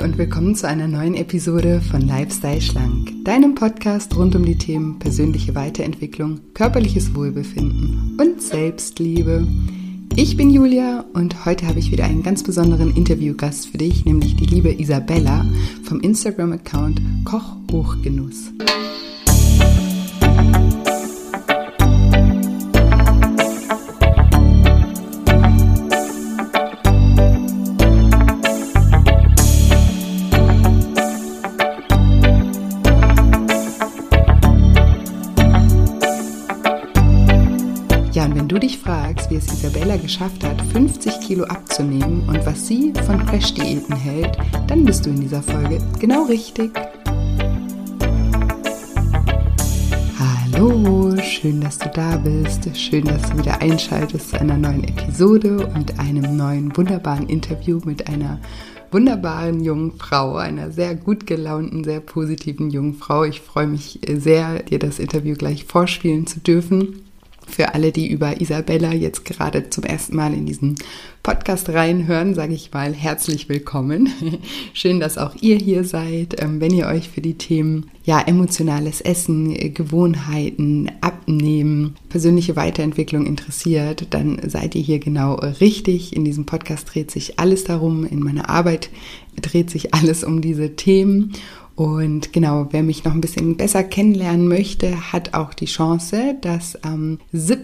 und willkommen zu einer neuen Episode von Lifestyle Schlank, deinem Podcast rund um die Themen persönliche Weiterentwicklung, körperliches Wohlbefinden und Selbstliebe. Ich bin Julia und heute habe ich wieder einen ganz besonderen Interviewgast für dich, nämlich die liebe Isabella vom Instagram-Account Koch Hochgenuss. Ja, und wenn du dich fragst, wie es Isabella geschafft hat, 50 Kilo abzunehmen und was sie von Crash-Diäten hält, dann bist du in dieser Folge genau richtig. Hallo, schön, dass du da bist. Schön, dass du wieder einschaltest zu einer neuen Episode und einem neuen wunderbaren Interview mit einer wunderbaren jungen Frau, einer sehr gut gelaunten, sehr positiven jungen Frau. Ich freue mich sehr, dir das Interview gleich vorspielen zu dürfen. Für alle, die über Isabella jetzt gerade zum ersten Mal in diesen Podcast reinhören, sage ich mal herzlich willkommen. Schön, dass auch ihr hier seid. Wenn ihr euch für die Themen emotionales Essen, Gewohnheiten, Abnehmen, persönliche Weiterentwicklung interessiert, dann seid ihr hier genau richtig. In diesem Podcast dreht sich alles darum. In meiner Arbeit dreht sich alles um diese Themen. Und genau, wer mich noch ein bisschen besser kennenlernen möchte, hat auch die Chance, das am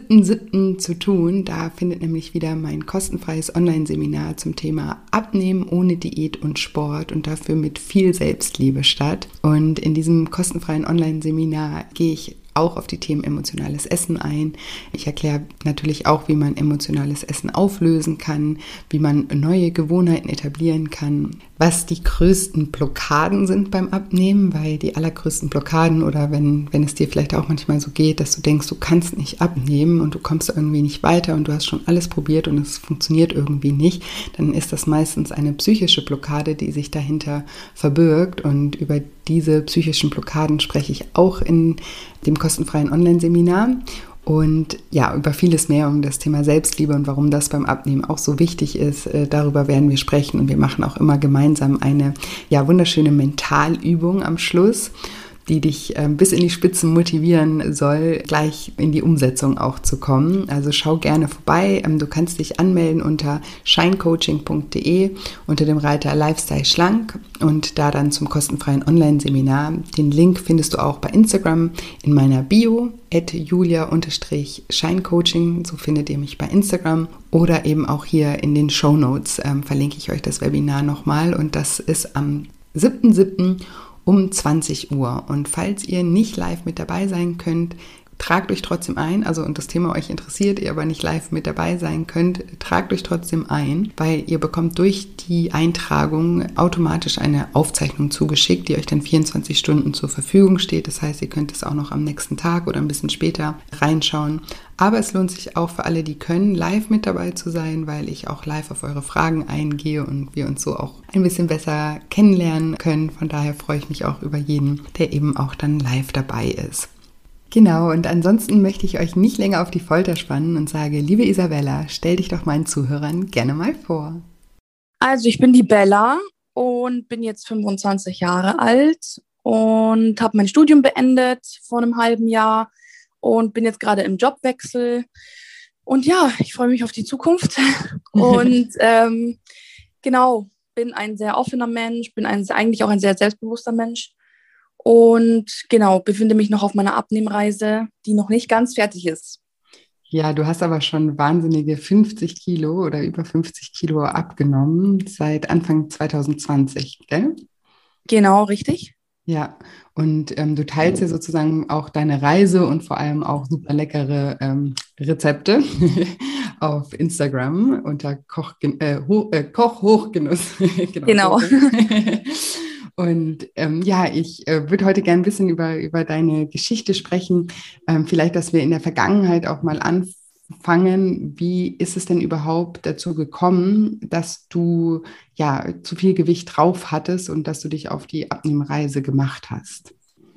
7.7. zu tun. Da findet nämlich wieder mein kostenfreies Online-Seminar zum Thema Abnehmen ohne Diät und Sport und dafür mit viel Selbstliebe statt. Und in diesem kostenfreien Online-Seminar gehe ich auch auf die Themen emotionales Essen ein. Ich erkläre natürlich auch, wie man emotionales Essen auflösen kann, wie man neue Gewohnheiten etablieren kann, was die größten Blockaden sind beim Abnehmen, weil die allergrößten Blockaden oder wenn es dir vielleicht auch manchmal so geht, dass du denkst, du kannst nicht abnehmen und du kommst irgendwie nicht weiter und du hast schon alles probiert und es funktioniert irgendwie nicht, dann ist das meistens eine psychische Blockade, die sich dahinter verbirgt, und über diese psychischen Blockaden spreche ich auch in dem kostenfreien Online-Seminar. Und ja, über vieles mehr um das Thema Selbstliebe und warum das beim Abnehmen auch so wichtig ist, darüber werden wir sprechen. Und wir machen auch immer gemeinsam eine wunderschöne Mentalübung am Schluss, die dich bis in die Spitzen motivieren soll, gleich in die Umsetzung auch zu kommen. Also schau gerne vorbei. Du kannst dich anmelden unter shinecoaching.de unter dem Reiter Lifestyle Schlank und da dann zum kostenfreien Online-Seminar. Den Link findest du auch bei Instagram in meiner Bio @julia_shinecoaching, so findet ihr mich bei Instagram, oder eben auch hier in den Shownotes verlinke ich euch das Webinar nochmal, und das ist am 7.7. um 20 Uhr. Und falls ihr nicht live mit dabei sein könnt, tragt euch trotzdem ein, und das Thema euch interessiert, ihr aber nicht live mit dabei sein könnt, tragt euch trotzdem ein, weil ihr bekommt durch die Eintragung automatisch eine Aufzeichnung zugeschickt, die euch dann 24 Stunden zur Verfügung steht. Das heißt, ihr könnt es auch noch am nächsten Tag oder ein bisschen später reinschauen. Aber es lohnt sich auch für alle, die können, live mit dabei zu sein, weil ich auch live auf eure Fragen eingehe und wir uns so auch ein bisschen besser kennenlernen können. Von daher freue ich mich auch über jeden, der eben auch dann live dabei ist. Genau, und ansonsten möchte ich euch nicht länger auf die Folter spannen und sage, liebe Isabella, stell dich doch meinen Zuhörern gerne mal vor. Also ich bin die Bella und bin jetzt 25 Jahre alt und habe mein Studium beendet vor einem halben Jahr und bin jetzt gerade im Jobwechsel. Und ja, ich freue mich auf die Zukunft und genau, bin ein sehr offener Mensch, bin eigentlich auch ein sehr selbstbewusster Mensch. Und genau, befinde mich noch auf meiner Abnehmreise, die noch nicht ganz fertig ist. Ja, du hast aber schon wahnsinnige 50 Kilo oder über 50 Kilo abgenommen seit Anfang 2020, gell? Genau, richtig. Ja, und du teilst ja sozusagen auch deine Reise und vor allem auch super leckere Rezepte auf Instagram unter Koch Hochgenuss. Genau. Und ich würde heute gerne ein bisschen über deine Geschichte sprechen. Vielleicht, dass wir in der Vergangenheit auch mal anfangen. Wie ist es denn überhaupt dazu gekommen, dass du zu viel Gewicht drauf hattest und dass du dich auf die Abnehmreise gemacht hast?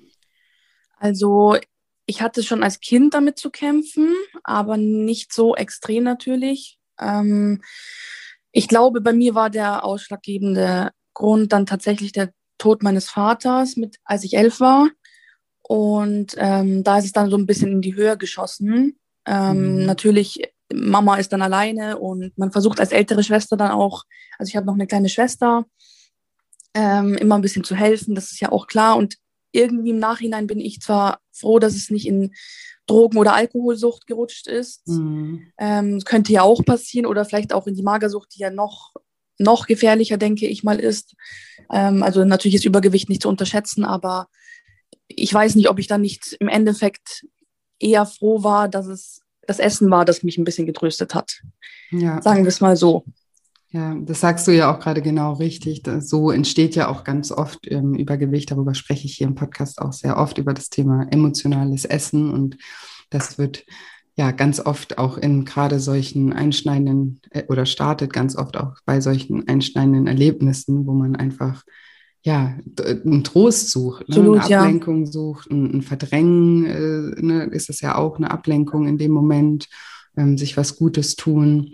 Also ich hatte schon als Kind damit zu kämpfen, aber nicht so extrem natürlich. Ich glaube, bei mir war der ausschlaggebende Grund dann tatsächlich der Tod meines Vaters, als ich 11 war. Und da ist es dann so ein bisschen in die Höhe geschossen. Natürlich, Mama ist dann alleine und man versucht als ältere Schwester dann auch, also ich habe noch eine kleine Schwester, immer ein bisschen zu helfen, das ist ja auch klar. Und irgendwie im Nachhinein bin ich zwar froh, dass es nicht in Drogen- oder Alkoholsucht gerutscht ist. Könnte ja auch passieren oder vielleicht auch in die Magersucht, die ja noch gefährlicher, denke ich mal, ist. Also natürlich ist Übergewicht nicht zu unterschätzen, aber ich weiß nicht, ob ich dann nicht im Endeffekt eher froh war, dass es das Essen war, das mich ein bisschen getröstet hat. Ja. Sagen wir es mal so. Ja, das sagst du ja auch gerade genau richtig. So entsteht ja auch ganz oft Übergewicht. Darüber spreche ich hier im Podcast auch sehr oft über das Thema emotionales Essen. Und das wird ja ganz oft auch in gerade solchen einschneidenden oder startet ganz oft auch bei solchen einschneidenden Erlebnissen, wo man einfach ja einen Trost sucht, ne? Eine Absolut, ja. Ablenkung sucht, ein Verdrängen, ne? Ist es ja auch eine Ablenkung in dem Moment, sich was Gutes tun.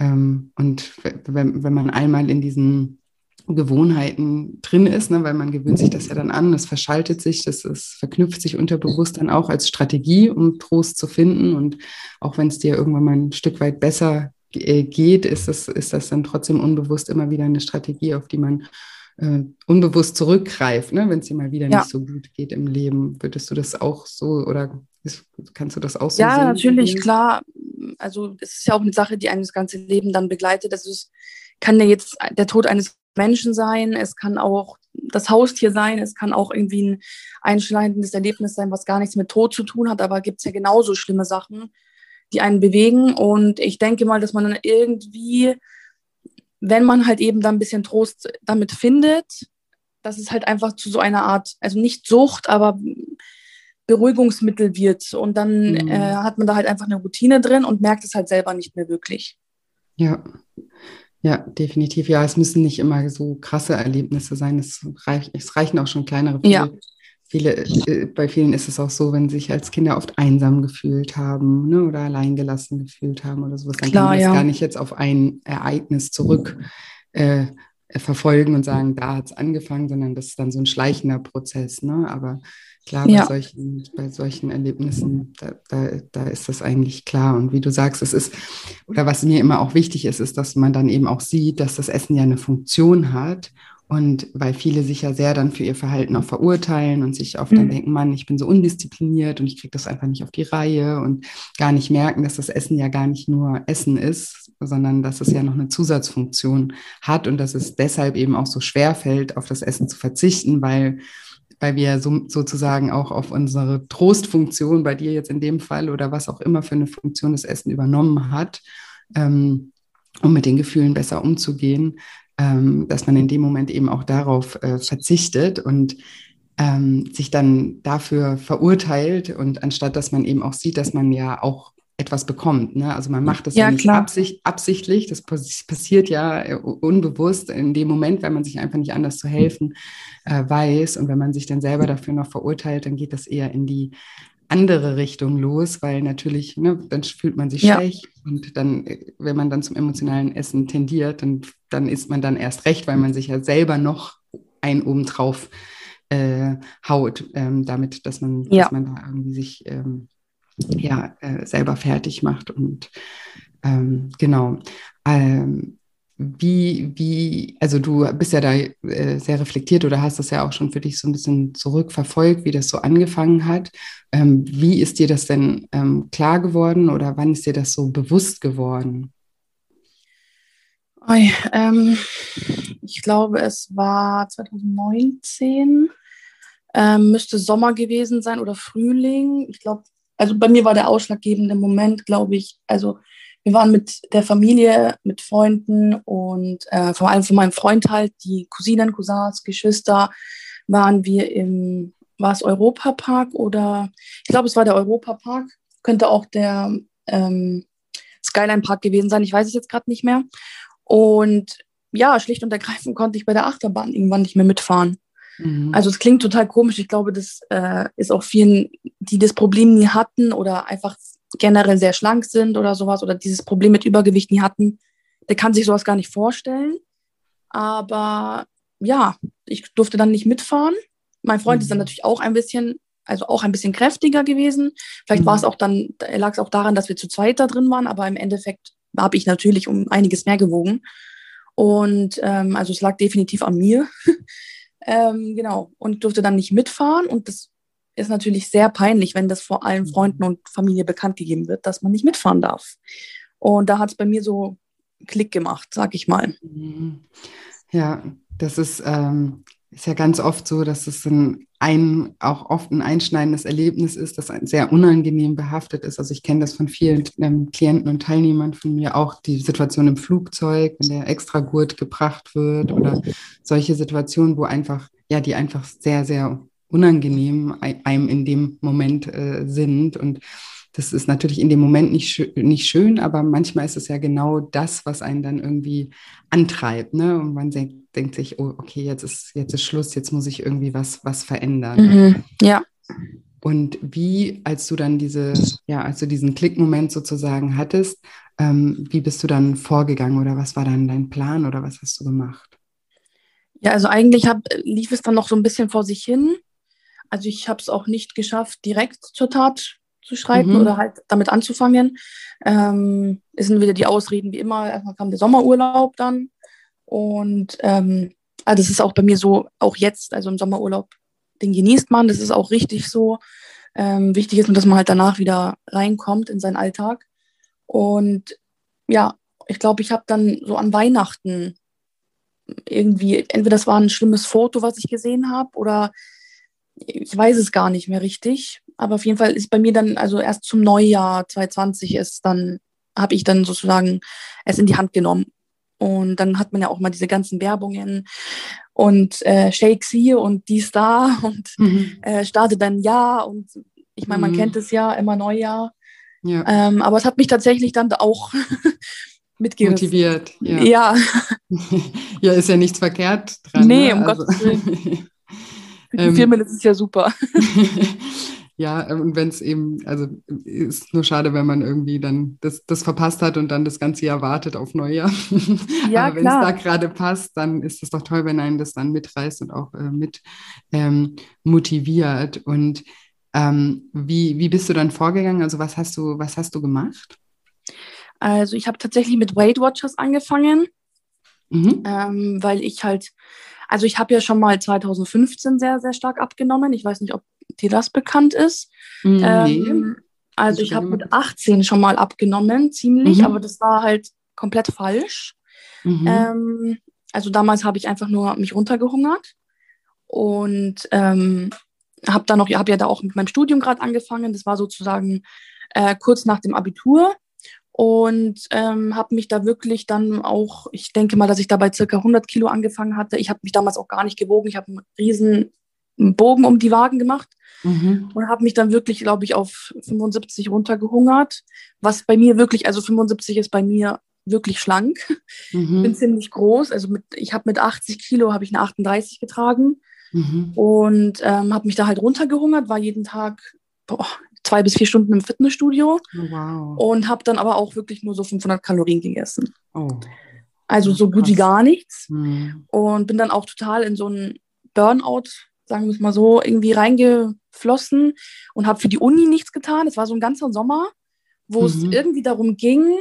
Und wenn man einmal in diesen Gewohnheiten drin ist, ne, weil man gewöhnt sich das ja dann an, das verschaltet sich, verknüpft sich unterbewusst dann auch als Strategie, um Trost zu finden. Und auch wenn es dir irgendwann mal ein Stück weit besser geht, ist das dann trotzdem unbewusst immer wieder eine Strategie, auf die man unbewusst zurückgreift, ne, wenn es dir mal wieder Ja. nicht so gut geht im Leben. Würdest du das auch so oder kannst du das auch so Ja, sehen? natürlich, klar. Also es ist ja auch eine Sache, die einem das ganze Leben dann begleitet. Also es kann ja jetzt der Tod eines Menschen sein, es kann auch das Haustier sein, es kann auch irgendwie ein einschneidendes Erlebnis sein, was gar nichts mit Tod zu tun hat, aber gibt es ja genauso schlimme Sachen, die einen bewegen. Und ich denke mal, dass man dann irgendwie, wenn man halt eben dann ein bisschen Trost damit findet, dass es halt einfach zu so einer Art, also nicht Sucht, aber Beruhigungsmittel wird. Und dann hat man da halt einfach eine Routine drin und merkt es halt selber nicht mehr wirklich. Ja, ja, definitiv. Ja, es müssen nicht immer so krasse Erlebnisse sein. Es reichen auch schon kleinere. Ja, Bei vielen ist es auch so, wenn sie sich als Kinder oft einsam gefühlt haben, ne, oder alleingelassen gefühlt haben oder sowas, dann kann man klar, das ja. gar nicht jetzt auf ein Ereignis zurück äh, verfolgen und sagen, da hat es angefangen, sondern das ist dann so ein schleichender Prozess. Ne? Aber klar, Ja, bei solchen Erlebnissen, da ist das eigentlich klar. Und wie du sagst, oder was mir immer auch wichtig ist, dass man dann eben auch sieht, dass das Essen ja eine Funktion hat. Und weil viele sich ja sehr dann für ihr Verhalten auch verurteilen und sich oft dann denken, Mann, ich bin so undiszipliniert und ich kriege das einfach nicht auf die Reihe und gar nicht merken, dass das Essen ja gar nicht nur Essen ist, sondern dass es ja noch eine Zusatzfunktion hat und dass es deshalb eben auch so schwer fällt, auf das Essen zu verzichten, weil wir sozusagen auch auf unsere Trostfunktion, bei dir jetzt in dem Fall oder was auch immer für eine Funktion das Essen übernommen hat, um mit den Gefühlen besser umzugehen, dass man in dem Moment eben auch darauf verzichtet und sich dann dafür verurteilt und anstatt, dass man eben auch sieht, dass man ja auch etwas bekommt. Ne? Also man macht das ja ja, nicht klar. absichtlich, das passiert ja unbewusst in dem Moment, weil man sich einfach nicht anders zu helfen weiß. Und wenn man sich dann selber dafür noch verurteilt, dann geht das eher in die andere Richtung los, weil natürlich, ne, dann fühlt man sich Ja, schlecht und dann, wenn man dann zum emotionalen Essen tendiert, dann isst man dann erst recht, weil man sich ja selber noch ein obendrauf haut, damit, dass ja. man da irgendwie sich selber fertig macht und genau. Also du bist ja da sehr reflektiert oder hast das ja auch schon für dich so ein bisschen zurückverfolgt, wie das so angefangen hat. Wie ist dir das denn klar geworden oder wann ist dir das so bewusst geworden? Ui, ich glaube, es war 2019, müsste Sommer gewesen sein oder Frühling. Ich glaube, also bei mir war der ausschlaggebende Moment, glaube ich, also wir waren mit der Familie, mit Freunden und vor allem von meinem Freund halt, die Cousinen, Cousins, Geschwister, waren wir war es Europapark oder ich glaube, es war der Europapark, könnte auch der Skyline Park gewesen sein, ich weiß es jetzt gerade nicht mehr. Und ja, schlicht und ergreifend konnte ich bei der Achterbahn irgendwann nicht mehr mitfahren. Mhm. Also es klingt total komisch. Ich glaube, das ist auch vielen, die das Problem nie hatten oder einfach generell sehr schlank sind oder sowas oder dieses Problem mit Übergewicht nie hatten, der kann sich sowas gar nicht vorstellen. Aber ja, ich durfte dann nicht mitfahren. Mein Freund ist dann natürlich auch ein bisschen, also auch ein bisschen kräftiger gewesen. Vielleicht war es auch dann, lag es auch daran, dass wir zu zweit da drin waren, aber im Endeffekt habe ich natürlich um einiges mehr gewogen. Und also es lag definitiv an mir. Genau. Und durfte dann nicht mitfahren. Und das ist natürlich sehr peinlich, wenn das vor allen Freunden und Familie bekannt gegeben wird, dass man nicht mitfahren darf. Und da hat es bei mir so Klick gemacht, sag ich mal. Ja, das ist ja ganz oft so, dass es auch oft ein einschneidendes Erlebnis ist, das sehr unangenehm behaftet ist. Also ich kenne das von vielen Klienten und Teilnehmern von mir, auch die Situation im Flugzeug, wenn der Extragurt gebracht wird oder solche Situationen, wo einfach, ja, die einfach sehr, sehr unangenehm einem in dem Moment sind. Und das ist natürlich in dem Moment nicht schön, aber manchmal ist es ja genau das, was einen dann irgendwie antreibt, ne? Und man denkt sich, oh, okay, jetzt ist Schluss, jetzt muss ich irgendwie was verändern. Ja. Und als du dann als du diesen Klickmoment sozusagen hattest, wie bist du dann vorgegangen oder was war dann dein Plan oder was hast du gemacht? Ja, also eigentlich lief es dann noch so ein bisschen vor sich hin. Also ich habe es auch nicht geschafft, direkt zur Tat zu schreiten oder halt damit anzufangen. Es sind wieder die Ausreden wie immer. Erstmal kam der Sommerurlaub dann. Und also das ist auch bei mir so, auch jetzt, also im Sommerurlaub, den genießt man. Das ist auch richtig so. Wichtig ist nur, dass man halt danach wieder reinkommt in seinen Alltag. Und ja, ich glaube, ich habe dann so an Weihnachten irgendwie, entweder das war ein schlimmes Foto, was ich gesehen habe, oder ich weiß es gar nicht mehr richtig. Aber auf jeden Fall ist bei mir dann, also erst zum Neujahr 2020 habe ich dann sozusagen es in die Hand genommen. Und dann hat man ja auch mal diese ganzen Werbungen und Shakes hier und dies da und startet dann Jahr. Und ich meine, man kennt es ja, immer Neujahr. Ja. Aber es hat mich tatsächlich dann auch mitgerissen. Motiviert, ja. Ja. Ja, ist ja nichts verkehrt dran. Nee, ne? um Gottes Willen. Für die Firmen ist es ja super. Ja, und wenn es eben, also ist nur schade, wenn man irgendwie dann das verpasst hat und dann das ganze Jahr wartet auf Neujahr. Ja, Aber wenn es da klar. gerade passt, dann ist es doch toll, wenn einen das dann mitreißt und auch mit motiviert. Und wie bist du dann vorgegangen? Also was hast du gemacht? Also ich habe tatsächlich mit Weight Watchers angefangen, weil ich halt, also ich habe ja schon mal 2015 sehr, sehr stark abgenommen. Ich weiß nicht, ob dir das bekannt ist. Nee. Also ich habe mit 18 schon mal abgenommen, ziemlich, aber das war halt komplett falsch. Also damals habe ich einfach nur mich runtergehungert und habe ja da auch mit meinem Studium gerade angefangen. Das war sozusagen kurz nach dem Abitur. Und habe mich da wirklich dann auch, ich denke mal, dass ich da bei circa 100 Kilo angefangen hatte. Ich habe mich damals auch gar nicht gewogen. Ich habe einen riesen Bogen um die Wagen gemacht und habe mich dann wirklich, glaube ich, auf 75 runtergehungert. Was bei mir wirklich, also 75 ist bei mir wirklich schlank. Ich bin ziemlich groß. Also ich habe mit 80 Kilo habe ich eine 38 getragen und habe mich da halt runtergehungert, war jeden Tag 2 bis 4 Stunden im Fitnessstudio. Oh, wow. Und habe dann aber auch wirklich nur so 500 Kalorien gegessen. Oh. Also so gut wie gar nichts. Mhm. Und bin dann auch total in so einen Burnout, sagen wir es mal so, irgendwie reingeflossen und habe für die Uni nichts getan. Es war so ein ganzer Sommer, wo es irgendwie darum ging,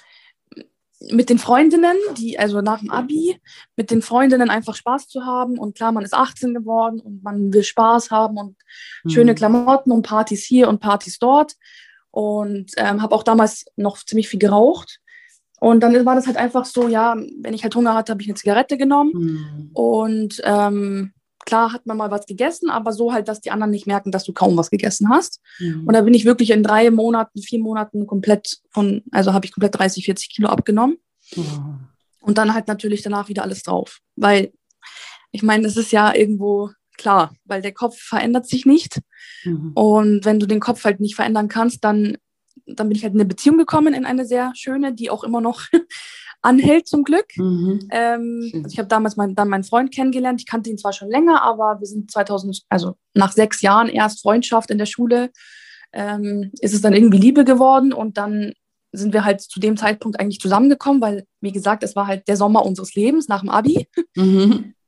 mit den Freundinnen, also nach dem Abi, mit den Freundinnen einfach Spaß zu haben. Und klar, man ist 18 geworden und man will Spaß haben und schöne Klamotten und Partys hier und Partys dort. Und habe auch damals noch ziemlich viel geraucht. Und dann war das halt einfach so, ja, wenn ich halt Hunger hatte, habe ich eine Zigarette genommen. Und klar hat man mal was gegessen, aber so halt, dass die anderen nicht merken, dass du kaum was gegessen hast. Und da bin ich wirklich in 3 Monaten, 4 Monaten also habe ich komplett 30, 40 Kilo abgenommen. Und dann halt natürlich danach wieder alles drauf. Weil, ich meine, das ist ja irgendwo klar, weil der Kopf verändert sich nicht. Und wenn du den Kopf halt nicht verändern kannst, dann bin ich halt in eine Beziehung gekommen, in eine sehr schöne, die auch immer noch anhält zum Glück. Also ich habe damals dann meinen Freund kennengelernt. Ich kannte ihn zwar schon länger, aber wir sind also nach 6 Jahren erst Freundschaft in der Schule, ist es dann irgendwie Liebe geworden und dann sind wir halt zu dem Zeitpunkt eigentlich zusammengekommen, weil, wie gesagt, es war halt der Sommer unseres Lebens nach dem Abi.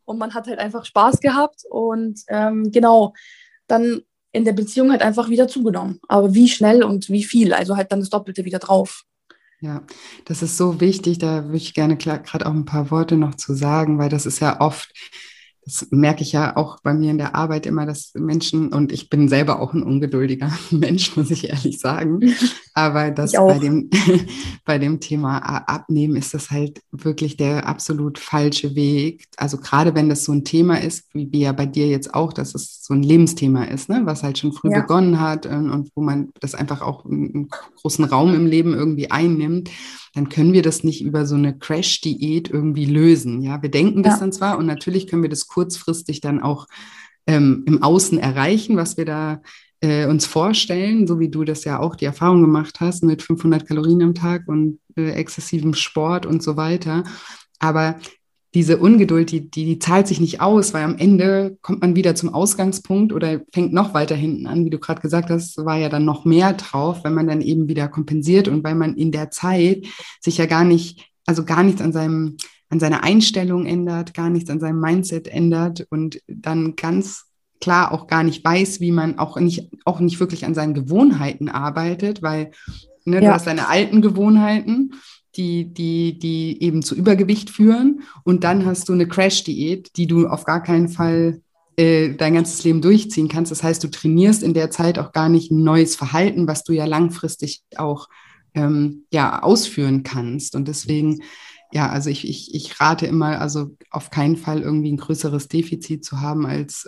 und man hat halt einfach Spaß gehabt und genau, dann in der Beziehung halt einfach wieder zugenommen. Aber wie schnell und wie viel, also halt dann das Doppelte wieder drauf. Ja, das ist so wichtig, da würde ich gerne gerade auch ein paar Worte noch zu sagen, weil das ist ja oft, das merke ich ja auch bei mir in der Arbeit immer, dass Menschen, und ich bin selber auch ein ungeduldiger Mensch, muss ich ehrlich sagen, aber Ich das bei auch. dem Thema Abnehmen ist das halt wirklich der absolut falsche Weg. Also gerade wenn das so ein Thema ist, wie ja bei dir jetzt auch, dass es so ein Lebensthema ist, ne, was halt schon früh Ja, begonnen hat und wo man das einfach auch einen großen Raum im Leben irgendwie einnimmt, dann können wir das nicht über so eine Crash-Diät irgendwie lösen. Ja, wir denken das ja, dann zwar und natürlich können wir das kurzfristig dann auch im Außen erreichen, was wir da uns vorstellen, so wie du das ja auch die Erfahrung gemacht hast mit 500 Kalorien am Tag und exzessivem Sport und so weiter. Aber diese Ungeduld, die zahlt sich nicht aus, weil am Ende kommt man wieder zum Ausgangspunkt oder fängt noch weiter hinten an, wie du gerade gesagt hast, war ja dann noch mehr drauf, wenn man dann eben wieder kompensiert und weil man in der Zeit sich ja gar nicht, also gar nichts an seiner Einstellung ändert, gar nichts an seinem Mindset ändert und dann ganz klar auch gar nicht weiß, wie man auch nicht wirklich an seinen Gewohnheiten arbeitet, weil ne, du ja, hast deine alten Gewohnheiten, die eben zu Übergewicht führen. Und dann hast du eine Crash-Diät, die du auf gar keinen Fall dein ganzes Leben durchziehen kannst. Das heißt, du trainierst in der Zeit auch gar nicht ein neues Verhalten, was du ja langfristig auch ja, ausführen kannst. Und deswegen, ja, also ich rate immer, also auf keinen Fall irgendwie ein größeres Defizit zu haben als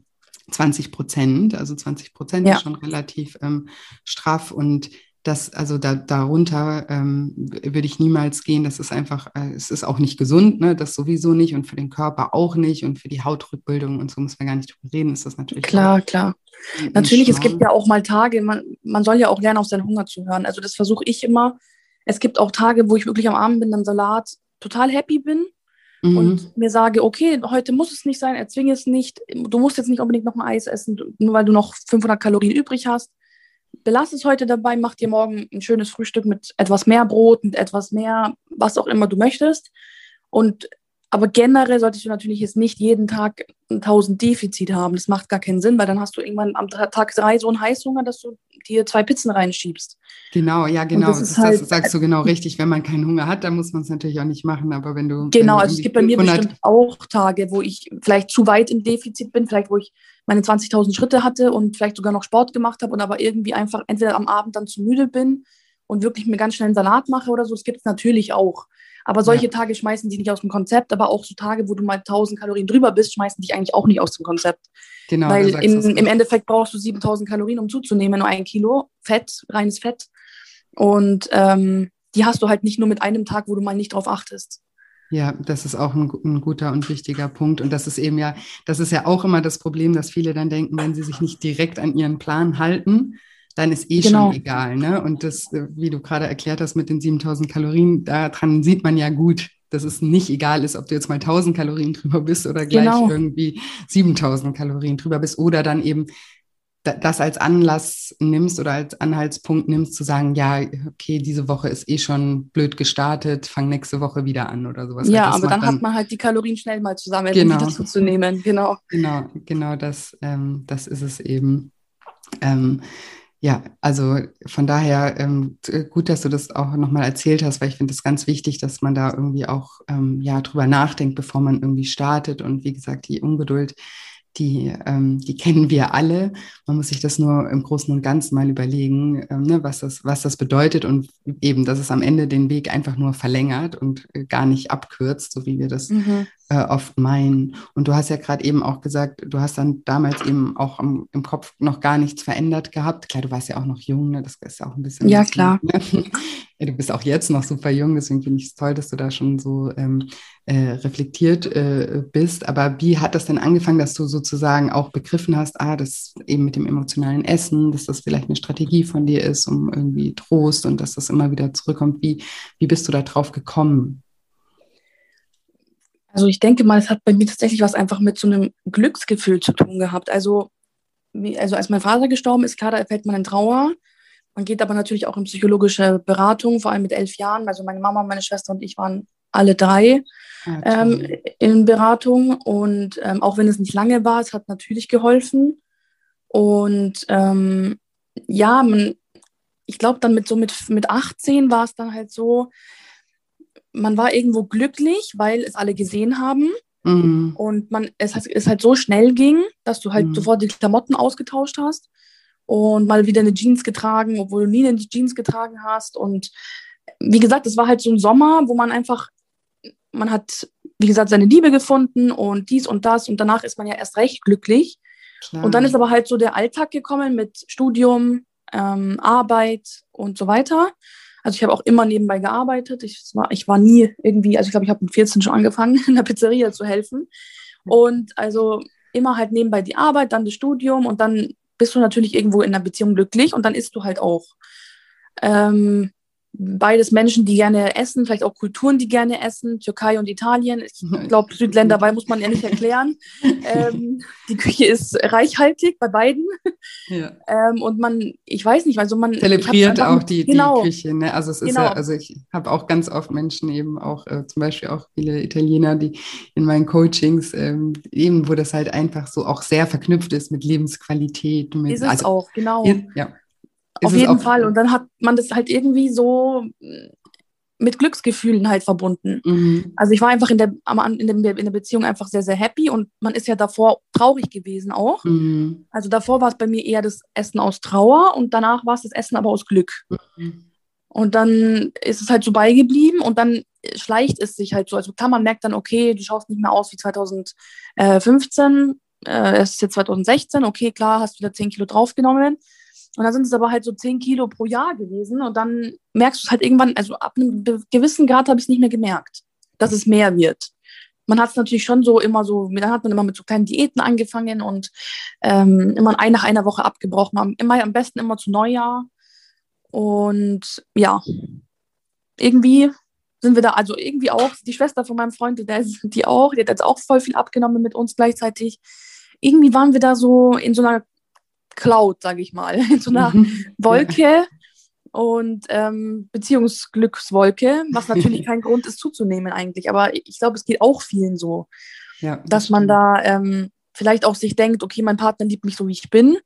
20%. Also 20% ist ja. schon relativ straff und das, also darunter würde ich niemals gehen. Das ist einfach, es ist auch nicht gesund, ne? Das sowieso nicht und für den Körper auch nicht und für die Hautrückbildung und so muss man gar nicht drüber reden, ist das natürlich auch Klar, klar. ein Natürlich, es gibt Schmarrn. ja auch mal Tage, man soll ja auch lernen, auf seinen Hunger zu hören. Also das versuche ich immer. Es gibt auch Tage, wo ich wirklich am Abend bin, dann Salat total happy bin Mhm. und mir sage, okay, heute muss es nicht sein, erzwinge es nicht. Du musst jetzt nicht unbedingt noch ein Eis essen, nur weil du noch 500 Kalorien übrig hast. Belass es heute dabei, mach dir morgen ein schönes Frühstück mit etwas mehr Brot, mit etwas mehr, was auch immer du möchtest. Und aber generell solltest du natürlich jetzt nicht jeden Tag 1000 Defizit haben. Das macht gar keinen Sinn, weil dann hast du irgendwann am Tag 3 so einen Heißhunger, dass du dir 2 Pizzen reinschiebst. Genau, ja, Und genau. das ist halt, Das sagst du genau richtig. Wenn man keinen Hunger hat, dann muss man es natürlich auch nicht machen. Aber wenn genau, du also es irgendwie gibt bei mir 500, bestimmt auch Tage, wo ich vielleicht zu weit im Defizit bin, vielleicht wo ich meine 20.000 Schritte hatte und vielleicht sogar noch Sport gemacht habe und aber irgendwie einfach entweder am Abend dann zu müde bin und wirklich mir ganz schnell einen Salat mache oder so, das gibt es natürlich auch. Aber ja, solche Tage schmeißen dich nicht aus dem Konzept, aber auch so Tage, wo du mal 1000 Kalorien drüber bist, schmeißen dich eigentlich auch nicht aus dem Konzept. genau, da Weil sagst du es im richtig. Endeffekt brauchst du 7000 Kalorien, um zuzunehmen, nur 1 Kilo Fett, reines Fett. Und die hast du halt nicht nur mit einem Tag, wo du mal nicht drauf achtest. Ja, das ist auch ein guter und wichtiger Punkt. Und das ist eben ja, das ist ja auch immer das Problem, dass viele dann denken, wenn sie sich nicht direkt an ihren Plan halten, dann ist eh schon Genau, egal. Ne? Und das, wie du gerade erklärt hast mit den 7000 Kalorien, daran sieht man ja gut, dass es nicht egal ist, ob du jetzt mal 1000 Kalorien drüber bist oder gleich genau. irgendwie 7000 Kalorien drüber bist oder dann eben das als Anlass nimmst oder als Anhaltspunkt nimmst, zu sagen, ja, okay, diese Woche ist eh schon blöd gestartet, fang nächste Woche wieder an oder sowas, weil Ja, das aber macht dann hat dann, man halt die Kalorien schnell mal zusammen, um wieder genau, zuzunehmen. Genau. genau das ist es eben. Ähm, ja, also von daher gut, dass du das auch nochmal erzählt hast, weil ich finde es ganz wichtig, dass man da irgendwie auch ja, drüber nachdenkt, bevor man irgendwie startet. Und wie gesagt, die Ungeduld, die kennen wir alle. Man muss sich das nur im Großen und Ganzen mal überlegen, ne, was das bedeutet und eben, dass es am Ende den Weg einfach nur verlängert und gar nicht abkürzt, so wie wir das Mhm. oft meinen. Und du hast ja gerade eben auch gesagt, du hast dann damals eben auch im Kopf noch gar nichts verändert gehabt. Klar, du warst ja auch noch jung, ne? Das ist ja auch ein Ja, bisschen, klar. ne? Du bist auch jetzt noch super jung, deswegen finde ich es toll, dass du da schon so reflektiert bist. Aber wie hat das denn angefangen, dass du sozusagen auch begriffen hast, das eben mit dem emotionalen Essen, dass das vielleicht eine Strategie von dir ist, um irgendwie Trost und dass das immer wieder zurückkommt? Wie bist du da drauf gekommen? Also ich denke mal, es hat bei mir tatsächlich was einfach mit so einem Glücksgefühl zu tun gehabt. Also, also als mein Vater gestorben ist, klar, da fällt man in Trauer. Man geht aber natürlich auch in psychologische Beratung, vor allem mit 11 Jahren. Also meine Mama, meine Schwester und ich waren alle drei Toll. in Beratung. Und auch wenn es nicht lange war, es hat natürlich geholfen. Und ja, ich glaube, dann mit 18 war es dann halt so, man war irgendwo glücklich, weil es alle gesehen haben. Mhm. Und es halt so schnell ging, dass du halt Mhm. sofort die Klamotten ausgetauscht hast und mal wieder eine Jeans getragen, obwohl du nie eine Jeans getragen hast. Und wie gesagt, es war halt so ein Sommer, wo man hat, wie gesagt, seine Liebe gefunden und dies und das. Und danach ist man ja erst recht glücklich. Und dann Klar. ist aber halt so der Alltag gekommen mit Studium, Arbeit und so weiter. Also ich habe auch immer nebenbei gearbeitet. Ich war nie irgendwie, also ich glaube, ich habe mit 14 schon angefangen, in der Pizzeria zu helfen. Und also immer halt nebenbei die Arbeit, dann das Studium und dann bist du natürlich irgendwo in einer Beziehung glücklich und dann isst du halt auch. Ähm, Beides Menschen, die gerne essen, vielleicht auch Kulturen, die gerne essen, Türkei und Italien. Ich glaube, Südländer, weil muss man ja nicht erklären. Die Küche ist reichhaltig bei beiden. Ja. Und ich weiß nicht, ich habe es Zelebriert einfach auch mit, die genau, Küche, ne? Also es ist ja, genau, also ich habe auch ganz oft Menschen eben auch, zum Beispiel auch viele Italiener, die in meinen Coachings eben, wo das halt einfach so auch sehr verknüpft ist mit Lebensqualität, ist mit, es also auch, genau. ja, ist Auf es jeden auch, Fall. Und dann hat man das halt irgendwie so mit Glücksgefühlen halt verbunden. mhm, Also ich war einfach in der Beziehung einfach sehr, sehr happy und man ist ja davor traurig gewesen auch. mhm, Also davor war es bei mir eher das Essen aus Trauer und danach war es das Essen aber aus Glück. mhm, Und dann ist es halt so beigeblieben und dann schleicht es sich halt so. Also klar, man merkt dann, okay, du schaust nicht mehr aus wie 2015, es ist jetzt 2016, okay, klar, hast wieder 10 Kilo draufgenommen. Und dann sind es aber halt so 10 Kilo pro Jahr gewesen und dann merkst du es halt irgendwann, also ab einem gewissen Grad habe ich es nicht mehr gemerkt, dass es mehr wird. Man hat es natürlich schon so immer so, dann hat man immer mit so kleinen Diäten angefangen und immer nach einer Woche abgebrochen. Immer, am besten immer zu Neujahr. Und ja, irgendwie sind wir da, also irgendwie auch, die Schwester von meinem Freund, die hat jetzt auch voll viel abgenommen mit uns gleichzeitig. Irgendwie waren wir da so in so einer Cloud, sage ich mal, in so einer mhm, ja. Wolke und Beziehungsglückswolke, was natürlich kein Grund ist zuzunehmen eigentlich. Aber ich glaube, es geht auch vielen so, Ja, das dass man stimmt. da vielleicht auch sich denkt, okay, mein Partner liebt mich so, wie ich bin.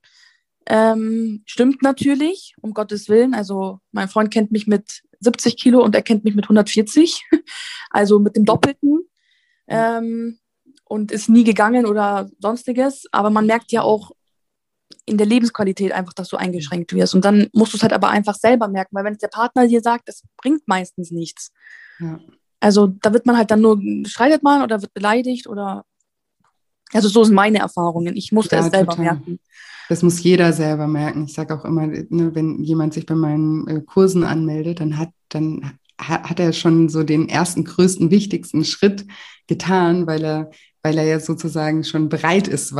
Stimmt natürlich, um Gottes Willen. Also mein Freund kennt mich mit 70 Kilo und er kennt mich mit 140, also mit dem Doppelten Ja. ähm, und ist nie gegangen oder sonstiges. Aber man merkt ja auch in der Lebensqualität einfach, dass du eingeschränkt wirst. Und dann musst du es halt aber einfach selber merken, weil wenn es der Partner dir sagt, das bringt meistens nichts. Ja. Also da wird man halt dann nur, streitet man oder wird beleidigt oder, also so sind meine Erfahrungen. Ich musste es Ja, selber total. merken. Das muss jeder selber merken. Ich sage auch immer, ne, wenn jemand sich bei meinen Kursen anmeldet, dann hat er schon so den ersten, größten, wichtigsten Schritt getan, weil er ja sozusagen schon bereit ist,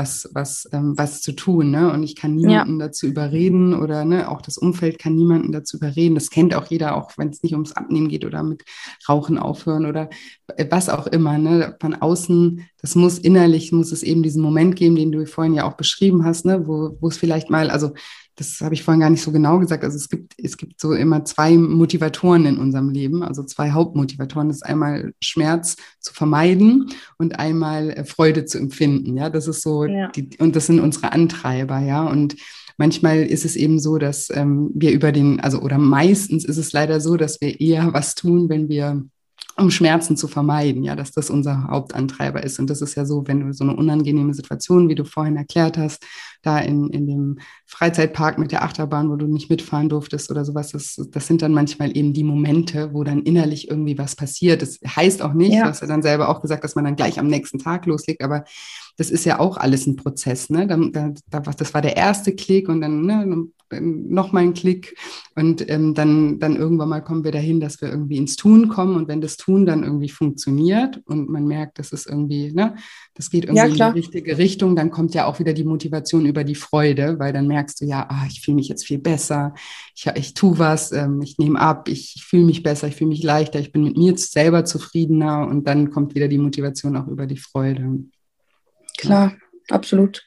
was zu tun. Ne? Und ich kann Ja, niemanden dazu überreden oder ne, auch das Umfeld kann niemanden dazu überreden. Das kennt auch jeder, auch wenn es nicht ums Abnehmen geht oder mit Rauchen aufhören oder was auch immer. Ne? Von außen, das muss innerlich, muss es eben diesen Moment geben, den du vorhin ja auch beschrieben hast, ne? wo es vielleicht mal, also das habe ich vorhin gar nicht so genau gesagt. Also es gibt so immer zwei Motivatoren in unserem Leben, also zwei Hauptmotivatoren. Das ist einmal Schmerz zu vermeiden und einmal Freude zu empfinden. Ja, das ist so ja. und das sind unsere Antreiber, ja. Und manchmal ist es eben so, dass wir oder meistens ist es leider so, dass wir eher was tun, wenn wir um Schmerzen zu vermeiden, ja, dass das unser Hauptantreiber ist. Und das ist ja so, wenn du so eine unangenehme Situation, wie du vorhin erklärt hast, da in dem Freizeitpark mit der Achterbahn, wo du nicht mitfahren durftest oder sowas, das sind dann manchmal eben die Momente, wo dann innerlich irgendwie was passiert. Das heißt auch nicht, du Ja, hast ja dann selber auch gesagt, dass man dann gleich am nächsten Tag loslegt, aber das ist ja auch alles ein Prozess, ne? Das war der erste Klick und dann, ne, noch mal ein Klick und dann irgendwann mal kommen wir dahin, dass wir irgendwie ins Tun kommen und wenn das Tun dann irgendwie funktioniert und man merkt, das ist irgendwie, ne, das geht ja, irgendwie in die klar. richtige Richtung, dann kommt ja auch wieder die Motivation über die Freude, weil dann merkst du ja, ich fühle mich jetzt viel besser, ich tue was, ich nehme ab, ich fühle mich besser, ich fühle mich leichter, ich bin mit mir selber zufriedener und dann kommt wieder die Motivation auch über die Freude. Ja. Klar, absolut.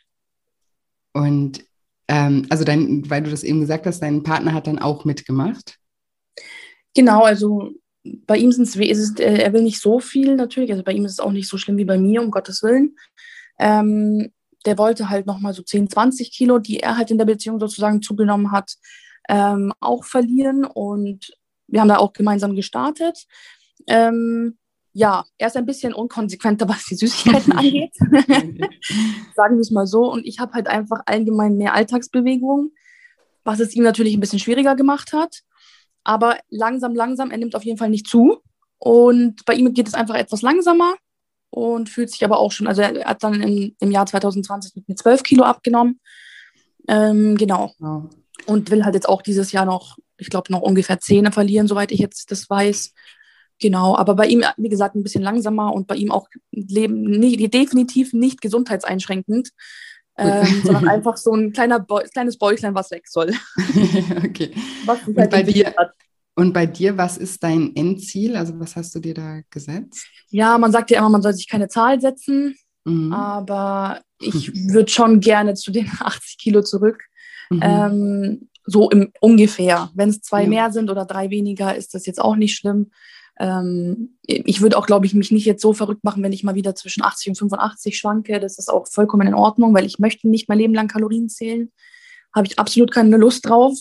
Und also weil du das eben gesagt hast, dein Partner hat dann auch mitgemacht. Genau, also bei ihm er will nicht so viel natürlich, also bei ihm ist es auch nicht so schlimm wie bei mir, um Gottes Willen. Der wollte halt nochmal so 10, 20 Kilo, die er halt in der Beziehung sozusagen zugenommen hat, auch verlieren. Und wir haben da auch gemeinsam gestartet. Ja, er ist ein bisschen unkonsequenter, was die Süßigkeiten angeht. Sagen wir es mal so. Und ich habe halt einfach allgemein mehr Alltagsbewegung, was es ihm natürlich ein bisschen schwieriger gemacht hat. Aber langsam, er nimmt auf jeden Fall nicht zu. Und bei ihm geht es einfach etwas langsamer und fühlt sich aber auch schon, also er hat dann im Jahr 2020 mit mir 12 Kilo abgenommen. Genau. Wow. Und will halt jetzt auch dieses Jahr noch, ich glaube, noch ungefähr 10 verlieren, soweit ich jetzt das weiß. Genau, aber bei ihm, wie gesagt, ein bisschen langsamer und bei ihm auch definitiv nicht gesundheitseinschränkend, sondern einfach so ein kleines Bäuchlein, was weg soll. Okay. Was und, halt bei dir, was ist dein Endziel? Also was hast du dir da gesetzt? Ja, man sagt ja immer, man soll sich keine Zahl setzen, aber ich würde schon gerne zu den 80 Kilo zurück. So ungefähr. Wenn es 2 mehr sind oder 3 weniger, ist das jetzt auch nicht schlimm. Ich würde auch, glaube ich, mich nicht jetzt so verrückt machen, wenn ich mal wieder zwischen 80 und 85 schwanke. Das ist auch vollkommen in Ordnung, weil ich möchte nicht mein Leben lang Kalorien zählen. Habe ich absolut keine Lust drauf.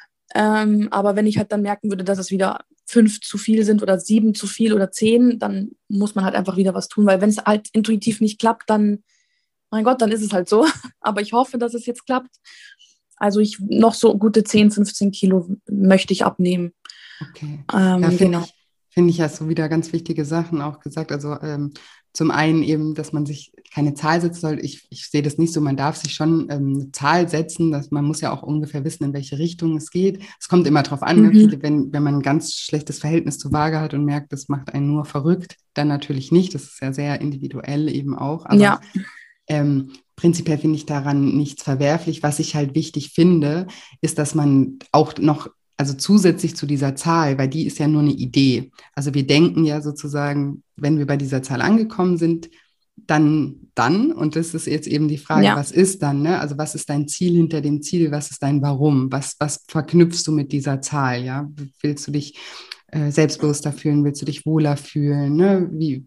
Aber wenn ich halt dann merken würde, dass es wieder 5 zu viel sind oder 7 zu viel oder 10, dann muss man halt einfach wieder was tun, weil wenn es halt intuitiv nicht klappt, dann, mein Gott, dann ist es halt so. Aber ich hoffe, dass es jetzt klappt. Also noch so gute 10, 15 Kilo möchte ich abnehmen. Okay. Ja, genau. Finde ich, hast du wieder ganz wichtige Sachen auch gesagt. Also zum einen eben, dass man sich keine Zahl setzen soll. Ich sehe das nicht so, man darf sich schon eine Zahl setzen. Man muss ja auch ungefähr wissen, in welche Richtung es geht. Es kommt immer drauf an, ne? Viele, wenn man ein ganz schlechtes Verhältnis zur Waage hat und merkt, das macht einen nur verrückt, dann natürlich nicht. Das ist ja sehr individuell eben auch. Aber ja. Prinzipiell finde ich daran nichts verwerflich. Was ich halt wichtig finde, ist, dass man auch noch, also zusätzlich zu dieser Zahl, weil die ist ja nur eine Idee. Also wir denken ja sozusagen, wenn wir bei dieser Zahl angekommen sind, dann, und das ist jetzt eben die Frage, was ist dann, ne? Also was ist dein Ziel hinter dem Ziel, was ist dein Warum, was verknüpfst du mit dieser Zahl, ja? Willst du dich selbstbewusster fühlen, willst du dich wohler fühlen, ne?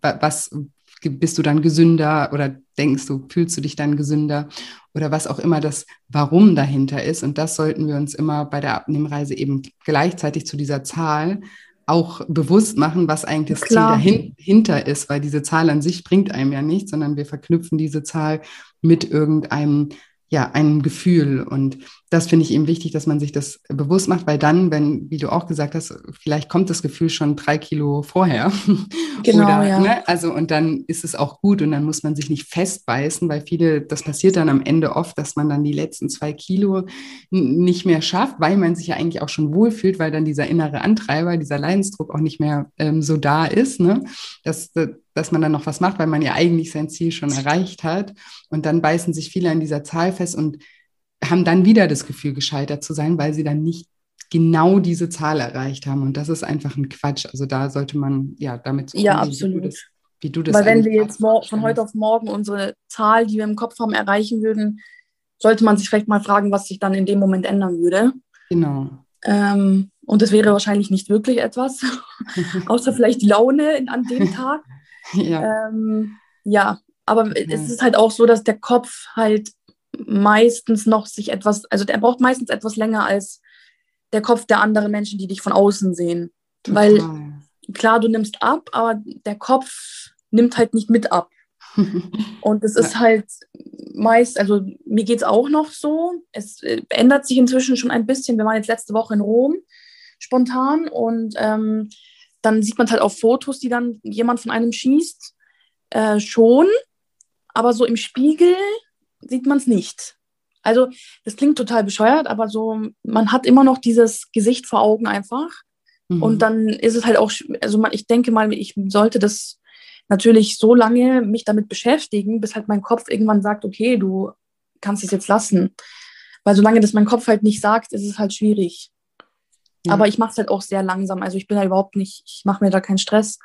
Bist du dann gesünder oder fühlst du dich dann gesünder oder was auch immer das Warum dahinter ist. Und das sollten wir uns immer bei der Abnehmreise eben gleichzeitig zu dieser Zahl auch bewusst machen, was eigentlich das Ziel dahinter ist, weil diese Zahl an sich bringt einem ja nichts, sondern wir verknüpfen diese Zahl mit irgendeinem einem Gefühl. Und das finde ich eben wichtig, dass man sich das bewusst macht, weil dann, wie du auch gesagt hast, vielleicht kommt das Gefühl schon 3 Kilo vorher. Genau, oder, ja. Ne? Also, und dann ist es auch gut und dann muss man sich nicht festbeißen, weil das passiert dann am Ende oft, dass man dann die letzten 2 Kilo nicht mehr schafft, weil man sich ja eigentlich auch schon wohlfühlt, weil dann dieser innere Antreiber, dieser Leidensdruck auch nicht mehr so da ist, ne? Dass man dann noch was macht, weil man ja eigentlich sein Ziel schon erreicht hat. Und dann beißen sich viele an dieser Zahl fest und haben dann wieder das Gefühl, gescheitert zu sein, weil sie dann nicht genau diese Zahl erreicht haben. Und das ist einfach ein Quatsch. Also da sollte man damit umgehen, absolut. Wie du das weil wenn wir jetzt von heute auf morgen unsere Zahl, die wir im Kopf haben, erreichen würden, sollte man sich vielleicht mal fragen, was sich dann in dem Moment ändern würde. Genau. Und das wäre wahrscheinlich nicht wirklich etwas, außer vielleicht die Laune an dem Tag. Aber es ist halt auch so, dass der Kopf halt meistens noch der braucht meistens etwas länger als der Kopf der anderen Menschen, die dich von außen sehen. Total. Weil klar, du nimmst ab, aber der Kopf nimmt halt nicht mit ab. Und es ist halt meist, also mir geht es auch noch so, es ändert sich inzwischen schon ein bisschen. Wir waren jetzt letzte Woche in Rom spontan und dann sieht man halt auf Fotos, die dann jemand von einem schießt, schon, aber so im Spiegel sieht man es nicht. Also das klingt total bescheuert, aber so, man hat immer noch dieses Gesicht vor Augen einfach. Und dann ist es halt auch, also ich denke mal, ich sollte das natürlich so lange mich damit beschäftigen, bis halt mein Kopf irgendwann sagt, okay, du kannst es jetzt lassen. Weil solange das mein Kopf halt nicht sagt, ist es halt schwierig. Ja. Aber ich mache es halt auch sehr langsam. Also ich bin da überhaupt nicht, ich mache mir da keinen Stress.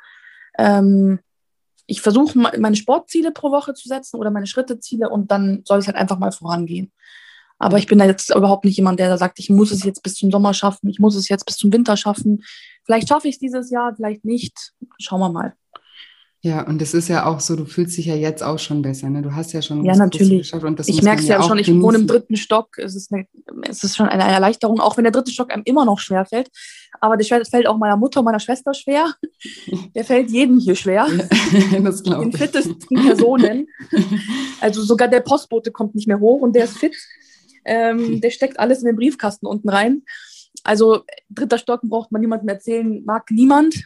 Ich versuche meine Sportziele pro Woche zu setzen oder meine Schritteziele und dann soll es halt einfach mal vorangehen. Aber ich bin da jetzt überhaupt nicht jemand, der da sagt, ich muss es jetzt bis zum Sommer schaffen, ich muss es jetzt bis zum Winter schaffen. Vielleicht schaffe ich es dieses Jahr, vielleicht nicht. Schauen wir mal. Ja, und es ist ja auch so, du fühlst dich ja jetzt auch schon besser, ne? Du hast ja schon Ja, das Größte natürlich. geschafft und das Ich muss merke man es ja ja schon, auch ich wohne im genießen. 3. Stock. Es ist schon eine Erleichterung, auch wenn der 3. Stock einem immer noch schwer fällt. Aber der fällt auch meiner Mutter und meiner Schwester schwer. Der fällt jedem hier schwer. Ja, das Den glaube ich. fittesten Personen. Also sogar der Postbote kommt nicht mehr hoch und der ist fit. Der steckt alles in den Briefkasten unten rein. Also 3. Stock braucht man niemandem erzählen, mag niemand.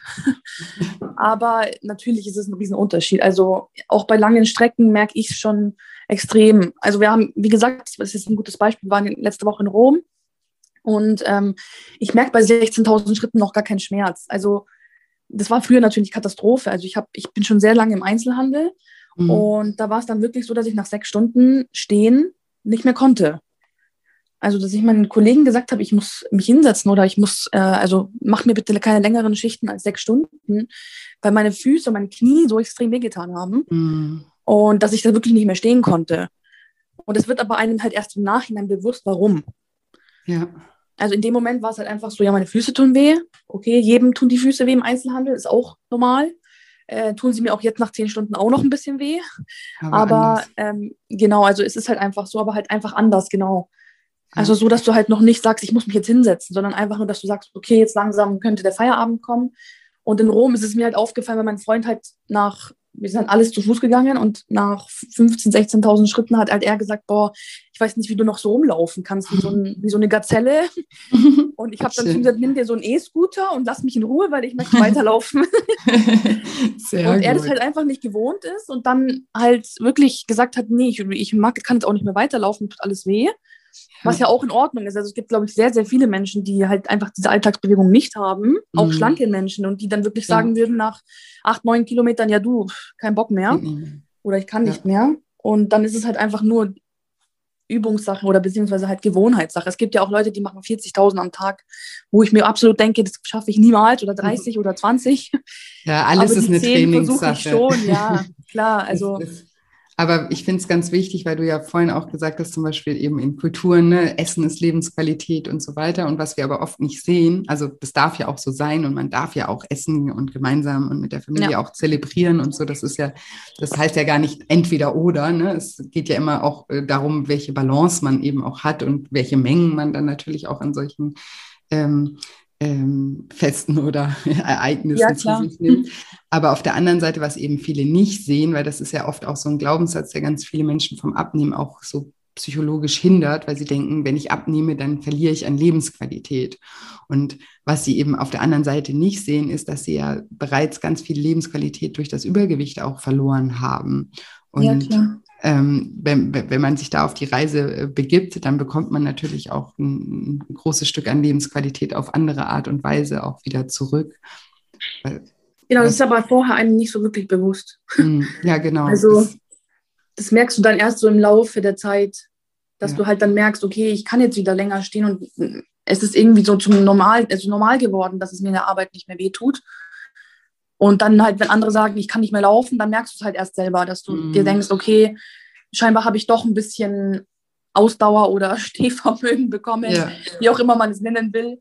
Aber natürlich ist es ein Riesenunterschied. Also auch bei langen Strecken merke ich es schon extrem. Also wir haben, wie gesagt, das ist ein gutes Beispiel, wir waren letzte Woche in Rom und ich merke bei 16.000 Schritten noch gar keinen Schmerz. Also das war früher natürlich Katastrophe. Also ich bin schon sehr lange im Einzelhandel Mhm. und da war es dann wirklich so, dass ich nach 6 Stunden stehen nicht mehr konnte. Also, dass ich meinen Kollegen gesagt habe, ich muss mich hinsetzen oder also mach mir bitte keine längeren Schichten als 6 Stunden, weil meine Füße und meine Knie so extrem wehgetan haben Mhm. und dass ich da wirklich nicht mehr stehen konnte. Und es wird aber einem halt erst im Nachhinein bewusst, warum. Ja. Also in dem Moment war es halt einfach so, ja, meine Füße tun weh. Okay, jedem tun die Füße weh im Einzelhandel, ist auch normal. Tun sie mir auch jetzt nach 10 Stunden auch noch ein bisschen weh. Aber Aber anders. genau, also es ist halt einfach so, aber halt einfach anders, genau. Also Ja. so, dass du halt noch nicht sagst, ich muss mich jetzt hinsetzen, sondern einfach nur, dass du sagst, okay, jetzt langsam könnte der Feierabend kommen. Und in Rom ist es mir halt aufgefallen, weil mein Freund halt wir sind alles zu Fuß gegangen und nach 15.000, 16.000 Schritten hat halt er gesagt, boah, ich weiß nicht, wie du noch so rumlaufen kannst, wie so eine Gazelle. Und ich habe dann zu ihm Schön. gesagt, nimm dir so einen E-Scooter und lass mich in Ruhe, weil ich möchte weiterlaufen. Sehr Und er das gut. halt einfach nicht gewohnt ist und dann halt wirklich gesagt hat, nee, kann jetzt auch nicht mehr weiterlaufen, tut alles weh. Was Ja. ja auch in Ordnung ist. Also es gibt, glaube ich, sehr, sehr viele Menschen, die halt einfach diese Alltagsbewegung nicht haben, auch Mhm. schlanke Menschen und die dann wirklich Ja, sagen würden nach 8, 9 Kilometern, ja du, kein Bock mehr geht nicht mehr. oder ich kann Ja. nicht mehr. Und dann ist es halt einfach nur Übungssache oder beziehungsweise halt Gewohnheitssache. Es gibt ja auch Leute, die machen 40.000 am Tag, wo ich mir absolut denke, das schaffe ich niemals oder 30 oder 20. Ja, alles Aber ist die eine 10 versuche ich Trainingssache. schon, ja, klar. Das Also, ist, aber ich finde es ganz wichtig, weil du ja vorhin auch gesagt hast, zum Beispiel eben in Kulturen, ne, Essen ist Lebensqualität und so weiter. Und was wir aber oft nicht sehen, also das darf ja auch so sein und man darf ja auch essen und gemeinsam und mit der ja, Familie auch zelebrieren und so. Das ist ja, das heißt ja gar nicht entweder oder, ne? Es geht ja immer auch darum, welche Balance man eben auch hat und welche Mengen man dann natürlich auch an solchen ähm, Festen oder ja, Ereignissen zu klar. sich nimmt. Aber auf der anderen Seite, was eben viele nicht sehen, weil das ist ja oft auch so ein Glaubenssatz, der ganz viele Menschen vom Abnehmen auch so psychologisch hindert, weil sie denken, wenn ich abnehme, dann verliere ich an Lebensqualität. Und was sie eben auf der anderen Seite nicht sehen, ist, dass sie ja bereits ganz viel Lebensqualität durch das Übergewicht auch verloren haben. Ja, Und klar. wenn man sich da auf die Reise begibt, dann bekommt man natürlich auch ein großes Stück an Lebensqualität auf andere Art und Weise auch wieder zurück. Genau, das ist Was, aber vorher einem nicht so wirklich bewusst. ja, genau. Also, das merkst du dann erst so im Laufe der Zeit, dass Ja, du halt dann merkst, okay, ich kann jetzt wieder länger stehen und es ist irgendwie so normal geworden, dass es mir in der Arbeit nicht mehr wehtut. Und dann halt, wenn andere sagen, ich kann nicht mehr laufen, dann merkst du es halt erst selber, dass du dir mm, denkst, okay, scheinbar habe ich doch ein bisschen Ausdauer oder Stehvermögen bekommen, ja, wie auch immer man es nennen will.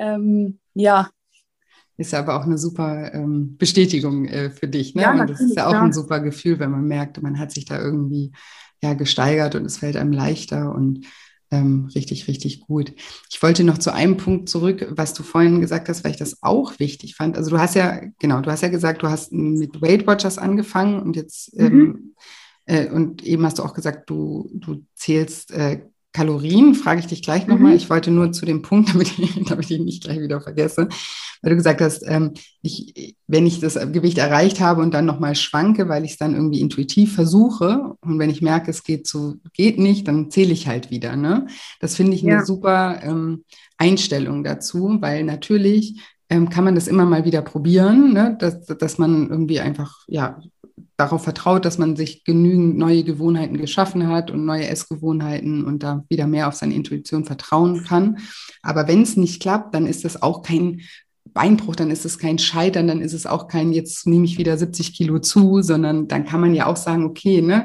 Ja, ist ja aber auch eine super Bestätigung für dich, ne? ja, Und das ist natürlich, ja auch ein klar. super Gefühl, wenn man merkt, man hat sich da irgendwie ja gesteigert und es fällt einem leichter und richtig, richtig gut. Ich wollte noch zu einem Punkt zurück, was du vorhin gesagt hast, weil ich das auch wichtig fand. Also du hast ja, genau, du hast ja gesagt, du hast mit Weight Watchers angefangen und jetzt Mhm. und eben hast du auch gesagt, du zählst Kalorien, frage ich dich gleich nochmal. Mhm. Ich wollte nur zu dem Punkt, damit ich nicht gleich wieder vergesse, weil du gesagt hast, wenn ich das Gewicht erreicht habe und dann nochmal schwanke, weil ich es dann irgendwie intuitiv versuche und wenn ich merke, geht nicht, dann zähle ich halt wieder. Ne? Das finde ich eine Ja. super Einstellung dazu, weil natürlich kann man das immer mal wieder probieren, ne? Dass man irgendwie einfach, ja, darauf vertraut, dass man sich genügend neue Gewohnheiten geschaffen hat und neue Essgewohnheiten und da wieder mehr auf seine Intuition vertrauen kann. Aber wenn es nicht klappt, dann ist das auch kein Beinbruch, dann ist es kein Scheitern, dann ist es auch kein, jetzt nehme ich wieder 70 Kilo zu, sondern dann kann man ja auch sagen, okay, ne,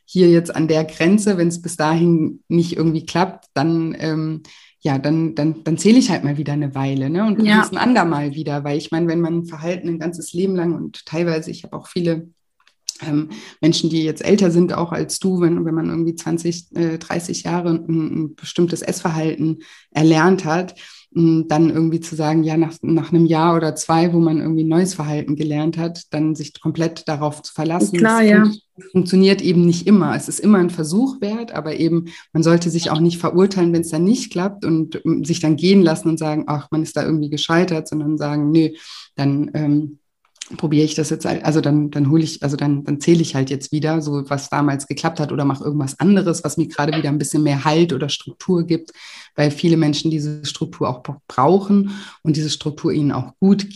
hier jetzt an der Grenze, wenn es bis dahin nicht irgendwie klappt, dann dann zähle ich halt mal wieder eine Weile, ne? Und probiere es ein andermal wieder, weil ich meine, wenn man Verhalten ein ganzes Leben lang und teilweise, ich habe auch viele Menschen, die jetzt älter sind, auch als du, wenn man irgendwie 20, 30 Jahre ein bestimmtes Essverhalten erlernt hat, dann irgendwie zu sagen, ja, nach einem Jahr oder 2, wo man irgendwie ein neues Verhalten gelernt hat, dann sich komplett darauf zu verlassen. Klar, das funktioniert eben nicht immer. Es ist immer ein Versuch wert, aber eben, man sollte sich auch nicht verurteilen, wenn es dann nicht klappt und sich dann gehen lassen und sagen, ach, man ist da irgendwie gescheitert, sondern sagen, nö, dann probiere ich das jetzt, also dann zähle ich halt jetzt wieder, so was damals geklappt hat oder mache irgendwas anderes, was mir gerade wieder ein bisschen mehr Halt oder Struktur gibt, weil viele Menschen diese Struktur auch brauchen und diese Struktur ihnen auch gut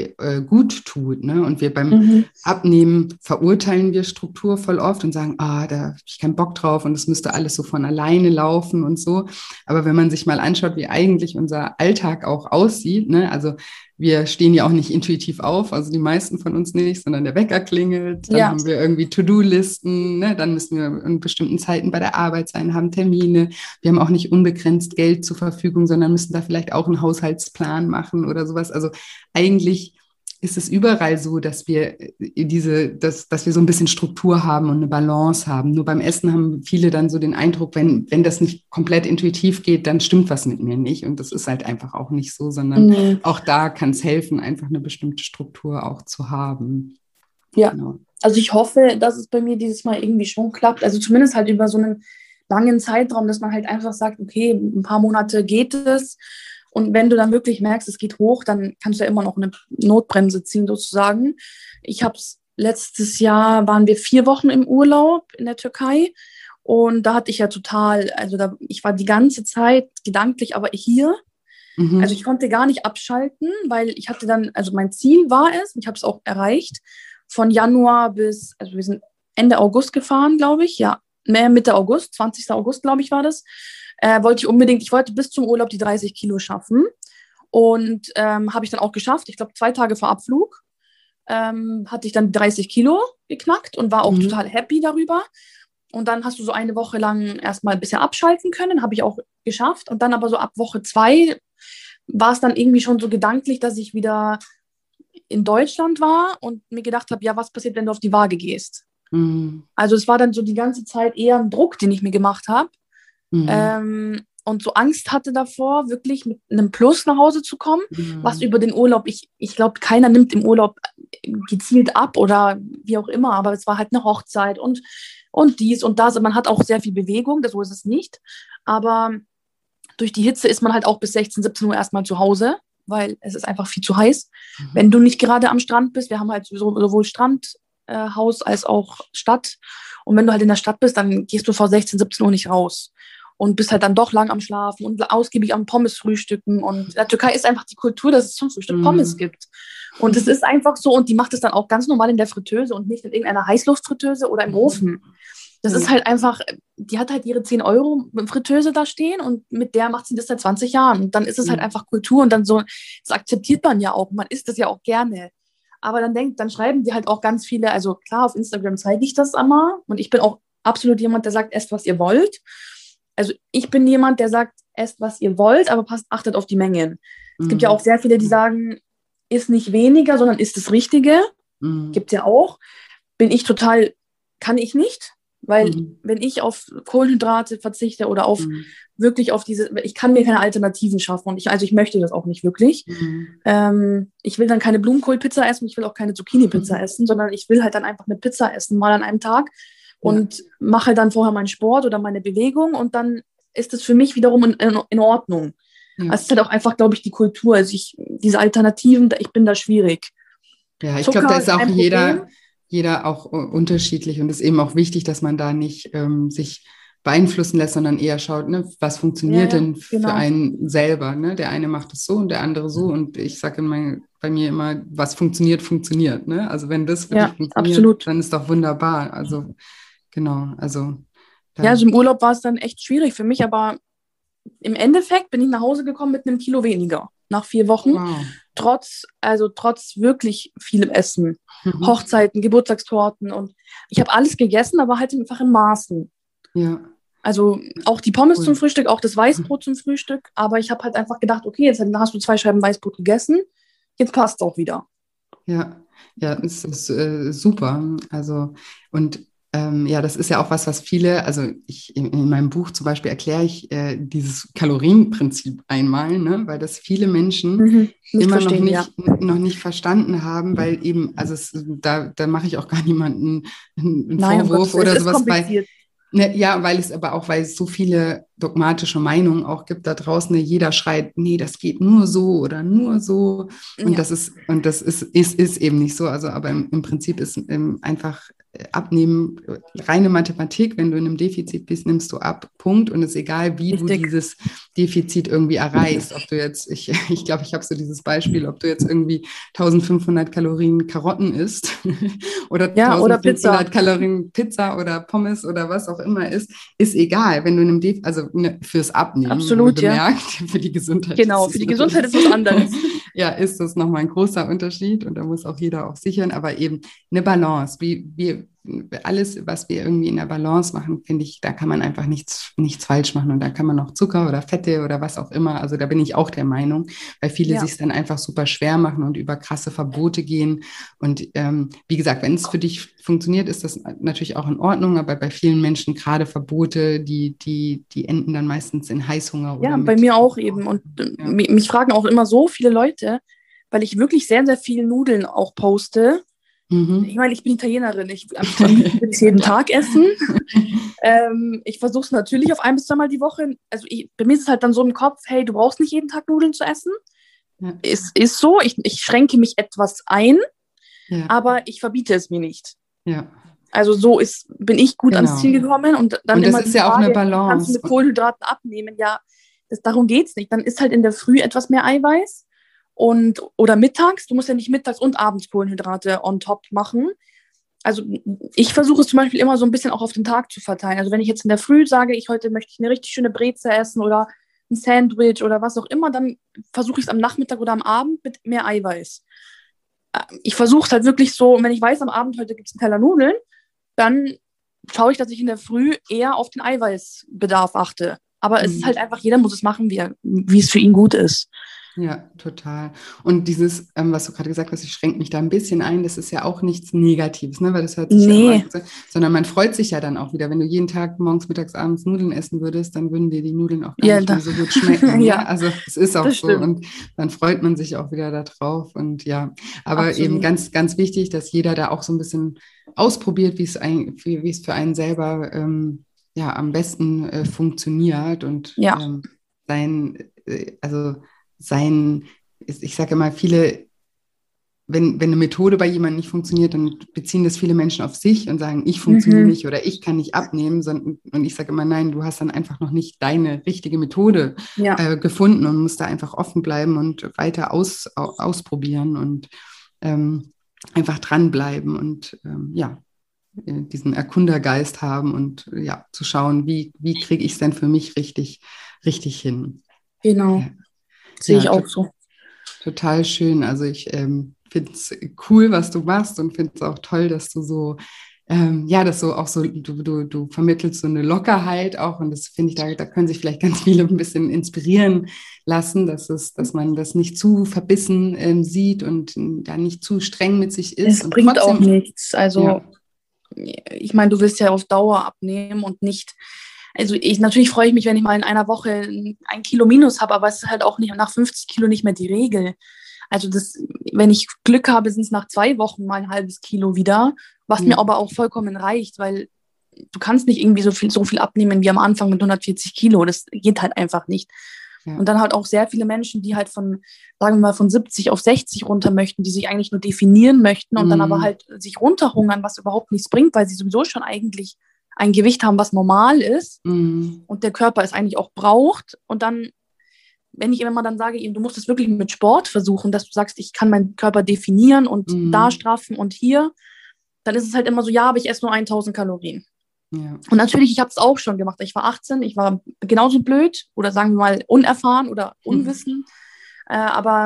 tut. Ne? Und wir beim Abnehmen verurteilen wir Struktur voll oft und sagen, da habe ich keinen Bock drauf und es müsste alles so von alleine laufen und so. Aber wenn man sich mal anschaut, wie eigentlich unser Alltag auch aussieht, ne? Also wir stehen ja auch nicht intuitiv auf, also die meisten von uns nicht, sondern der Wecker klingelt, dann haben wir irgendwie To-Do-Listen, ne? Dann müssen wir in bestimmten Zeiten bei der Arbeit sein, haben Termine. Wir haben auch nicht unbegrenzt Geld zur Verfügung, sondern müssen da vielleicht auch einen Haushaltsplan machen oder sowas. Also eigentlich ist es überall so, dass wir dass wir so ein bisschen Struktur haben und eine Balance haben. Nur beim Essen haben viele dann so den Eindruck, wenn das nicht komplett intuitiv geht, dann stimmt was mit mir nicht. Und das ist halt einfach auch nicht so, sondern auch da kann es helfen, einfach eine bestimmte Struktur auch zu haben. Ja, genau. Also ich hoffe, dass es bei mir dieses Mal irgendwie schon klappt. Also zumindest halt über so einen langen Zeitraum, dass man halt einfach sagt, okay, ein paar Monate geht es. Und wenn du dann wirklich merkst, es geht hoch, dann kannst du ja immer noch eine Notbremse ziehen sozusagen. Letztes Jahr waren wir 4 Wochen im Urlaub in der Türkei und da hatte ich ja ich war die ganze Zeit gedanklich aber hier. Also ich konnte gar nicht abschalten, weil ich hatte dann, also mein Ziel war es, und ich habe es auch erreicht, von Januar also wir sind Ende August gefahren, glaube ich, ja, Mitte August, 20. August, glaube ich, war das. Ich wollte bis zum Urlaub die 30 Kilo schaffen und habe ich dann auch geschafft. Ich glaube, 2 Tage vor Abflug hatte ich dann 30 Kilo geknackt und war auch total happy darüber. Und dann hast du so eine Woche lang erstmal ein bisschen abschalten können, habe ich auch geschafft. Und dann aber so ab Woche 2 war es dann irgendwie schon so gedanklich, dass ich wieder in Deutschland war und mir gedacht habe, ja, was passiert, wenn du auf die Waage gehst? Also es war dann so die ganze Zeit eher ein Druck, den ich mir gemacht habe. Und so Angst hatte davor, wirklich mit einem Plus nach Hause zu kommen, was über den Urlaub, ich glaube, keiner nimmt im Urlaub gezielt ab oder wie auch immer, aber es war halt eine Hochzeit und dies und das. Und man hat auch sehr viel Bewegung, so ist es nicht. Aber durch die Hitze ist man halt auch bis 16, 17 Uhr erstmal zu Hause, weil es ist einfach viel zu heiß. Wenn du nicht gerade am Strand bist, wir haben halt sowohl Strandhaus als auch Stadt. Und wenn du halt in der Stadt bist, dann gehst du vor 16, 17 Uhr nicht raus. Und bist halt dann doch lang am Schlafen und ausgiebig am Pommes frühstücken. Und in der Türkei ist einfach die Kultur, dass es zum Frühstück Pommes gibt. Und es ist einfach so, und die macht es dann auch ganz normal in der Fritteuse und nicht in irgendeiner Heißluftfritteuse oder im Ofen. Das ist halt einfach, die hat halt ihre 10 Euro Fritteuse da stehen und mit der macht sie das seit 20 Jahren. Und dann ist es halt einfach Kultur und dann so, das akzeptiert man ja auch, man isst das ja auch gerne. Aber dann schreiben die halt auch ganz viele, also klar, auf Instagram zeige ich das immer und ich bin auch absolut jemand, der sagt, esst, was ihr wollt. Also ich bin jemand, der sagt, esst, was ihr wollt, aber achtet auf die Mengen. Es gibt ja auch sehr viele, die sagen, isst nicht weniger, sondern isst das Richtige. Gibt es ja auch. Kann ich nicht, weil wenn ich auf Kohlenhydrate verzichte oder wirklich auf ich kann mir keine Alternativen schaffen und ich möchte das auch nicht wirklich. Ich will dann keine Blumenkohlpizza essen, ich will auch keine Zucchini-Pizza essen, sondern ich will halt dann einfach eine Pizza essen, mal an einem Tag. Und mache dann vorher meinen Sport oder meine Bewegung und dann ist es für mich wiederum in Ordnung. Ja. Es ist halt auch einfach, glaube ich, die Kultur. Also diese Alternativen, ich bin da schwierig. Ja, ich glaube, da ist auch jeder auch unterschiedlich und es ist eben auch wichtig, dass man da nicht sich beeinflussen lässt, sondern eher schaut, ne, was funktioniert denn für einen selber. Ne? Der eine macht es so und der andere so und ich sage bei mir immer, was funktioniert, funktioniert. Ne? Also wenn das für dich funktioniert, absolut. Dann ist doch wunderbar. Also genau, also im Urlaub war es dann echt schwierig für mich, aber im Endeffekt bin ich nach Hause gekommen mit einem Kilo weniger nach 4 Wochen. Wow. trotz wirklich vielem Essen. Mhm. Hochzeiten, Geburtstagstorten und ich habe alles gegessen, aber halt einfach in Maßen. Ja, Also auch die Pommes cool. zum Frühstück, auch das Weißbrot zum Frühstück, aber ich habe halt einfach gedacht, okay, jetzt hast du 2 Scheiben Weißbrot gegessen, jetzt passt es auch wieder. Ja, ja, es ist super. Also, und ja, das ist ja auch was viele, also in meinem Buch zum Beispiel erkläre ich dieses Kalorienprinzip einmal, ne, weil das viele Menschen Nicht immer verstehen, ja. noch nicht verstanden haben, weil eben, also da mache ich auch gar niemanden einen Nein, um Vorwurf Gottes Willen, oder es ist sowas, weil kompliziert. ne, ja, weil es so viele dogmatische Meinungen auch gibt da draußen. Ne, jeder schreit, nee, das geht nur so oder nur so. Und Ja. das ist eben nicht so. Also, aber im Prinzip ist einfach Abnehmen reine Mathematik. Wenn du in einem Defizit bist, nimmst du ab. Punkt. Und es ist egal, wie du Richtig. dieses Defizit irgendwie erreichst. Ob du jetzt, ich glaube, ich habe so dieses Beispiel, ob du jetzt irgendwie 1500 Kalorien Karotten isst oder Ja, oder Pizza. 1500 Kalorien Pizza oder Pommes oder was auch immer ist egal, wenn du in einem also ne, fürs Abnehmen, wohl Absolut, ja. bemerkt, für die Gesundheit ist Genau, für es die Gesundheit ist was anderes. ja, ist das nochmal ein großer Unterschied und da muss auch jeder auch sichern, aber eben eine Balance, alles, was wir irgendwie in der Balance machen, finde ich, da kann man einfach nichts falsch machen und da kann man noch Zucker oder Fette oder was auch immer, also da bin ich auch der Meinung, weil viele Ja. sich es dann einfach super schwer machen und über krasse Verbote gehen und wie gesagt, wenn es für dich funktioniert, ist das natürlich auch in Ordnung, aber bei vielen Menschen gerade Verbote, die enden dann meistens in Heißhunger oder Ja, bei mit mir auch eben. Und ja. mich fragen auch immer so viele Leute, weil ich wirklich sehr, sehr viel Nudeln auch poste. Ich Mhm. meine, ich bin Italienerin. Am liebsten will ich jeden Klar. Tag essen. Ich versuche es natürlich auf 1 bis 2 Mal die Woche. Also bei mir ist es halt dann so im Kopf, hey, du brauchst nicht jeden Tag Nudeln zu essen. Ja. Es ist so, ich schränke mich etwas ein, Ja. aber ich verbiete es mir nicht. Ja. Also bin ich gut ans Genau. Ziel gekommen und dann Und das immer die ist ja auch eine Frage, wie kannst du Balance. mit Kohlenhydraten abnehmen? Ja, darum geht es nicht. Dann ist halt in der Früh etwas mehr Eiweiß oder mittags. Du musst ja nicht mittags und abends Kohlenhydrate on top machen. Also ich versuche es zum Beispiel immer so ein bisschen auch auf den Tag zu verteilen. Also wenn ich jetzt in der Früh sage, heute möchte ich eine richtig schöne Breze essen oder ein Sandwich oder was auch immer, dann versuche ich es am Nachmittag oder am Abend mit mehr Eiweiß. Ich versuche es halt wirklich so, und wenn ich weiß, am Abend heute gibt es einen Teller Nudeln, dann schaue ich, dass ich in der Früh eher auf den Eiweißbedarf achte. Aber es ist halt Mhm. einfach, jeder muss es machen, wie es für ihn gut ist. Ja, total. Und dieses, was du gerade gesagt hast, ich schränke mich da ein bisschen ein, das ist ja auch nichts Negatives, ne? Weil das hört sich ja immer Nee, an, sondern man freut sich ja dann auch wieder. Wenn du jeden Tag morgens, mittags, abends Nudeln essen würdest, dann würden dir die Nudeln auch gar ja, nicht mehr so gut schmecken. ja, Ne? Also es ist auch das so stimmt. und dann freut man sich auch wieder darauf. Und ja, aber eben Absolut. ganz, ganz wichtig, dass jeder da auch so ein bisschen ausprobiert, wie es für einen selber ja, am besten funktioniert und Ja. sein, also sein ich sage immer, wenn eine Methode bei jemandem nicht funktioniert, dann beziehen das viele Menschen auf sich und sagen, ich funktioniere Mhm. nicht oder ich kann nicht abnehmen. Und ich sage immer, nein, du hast dann einfach noch nicht deine richtige Methode Ja, gefunden und musst da einfach offen bleiben und weiter ausprobieren und einfach dranbleiben und ja, diesen Erkundergeist haben und ja, zu schauen, wie kriege ich es denn für mich richtig hin. genau. Ja, Sehe ja ich auch so. total schön. Also ich finde es cool, was du machst und finde es auch toll, dass du so, ja, das so auch so, du vermittelst so eine Lockerheit auch und das finde ich, da können sich vielleicht ganz viele ein bisschen inspirieren lassen, dass man das nicht zu verbissen sieht und da nicht zu streng mit sich ist Es und bringt auch trotzdem, nichts. Also, ja, ich meine, du willst ja auf Dauer abnehmen und nicht. Also, natürlich freue ich mich, wenn ich mal in einer Woche 1 Kilo minus habe, aber es ist halt auch nicht nach 50 Kilo nicht mehr die Regel. Also, wenn ich Glück habe, sind es nach 2 Wochen mal ein halbes Kilo wieder, was mir ja, aber auch vollkommen reicht, weil du kannst nicht irgendwie so viel abnehmen wie am Anfang mit 140 Kilo. Das geht halt einfach nicht. ja, Und dann halt auch sehr viele Menschen, die halt sagen wir mal, von 70 auf 60 runter möchten, die sich eigentlich nur definieren möchten und dann aber mm, halt sich runterhungern, was überhaupt nichts bringt, weil sie sowieso schon eigentlich ein Gewicht haben, was normal ist mm, und der Körper es eigentlich auch braucht. Und dann, wenn ich immer dann sage, du musst es wirklich mit Sport versuchen, dass du sagst, ich kann meinen Körper definieren und da mm, straffen und hier, dann ist es halt immer so, ja, aber ich esse nur 1000 Kalorien. ja, Und natürlich, ich habe es auch schon gemacht. Ich war 18, ich war genauso blöd oder sagen wir mal unerfahren oder unwissend. Aber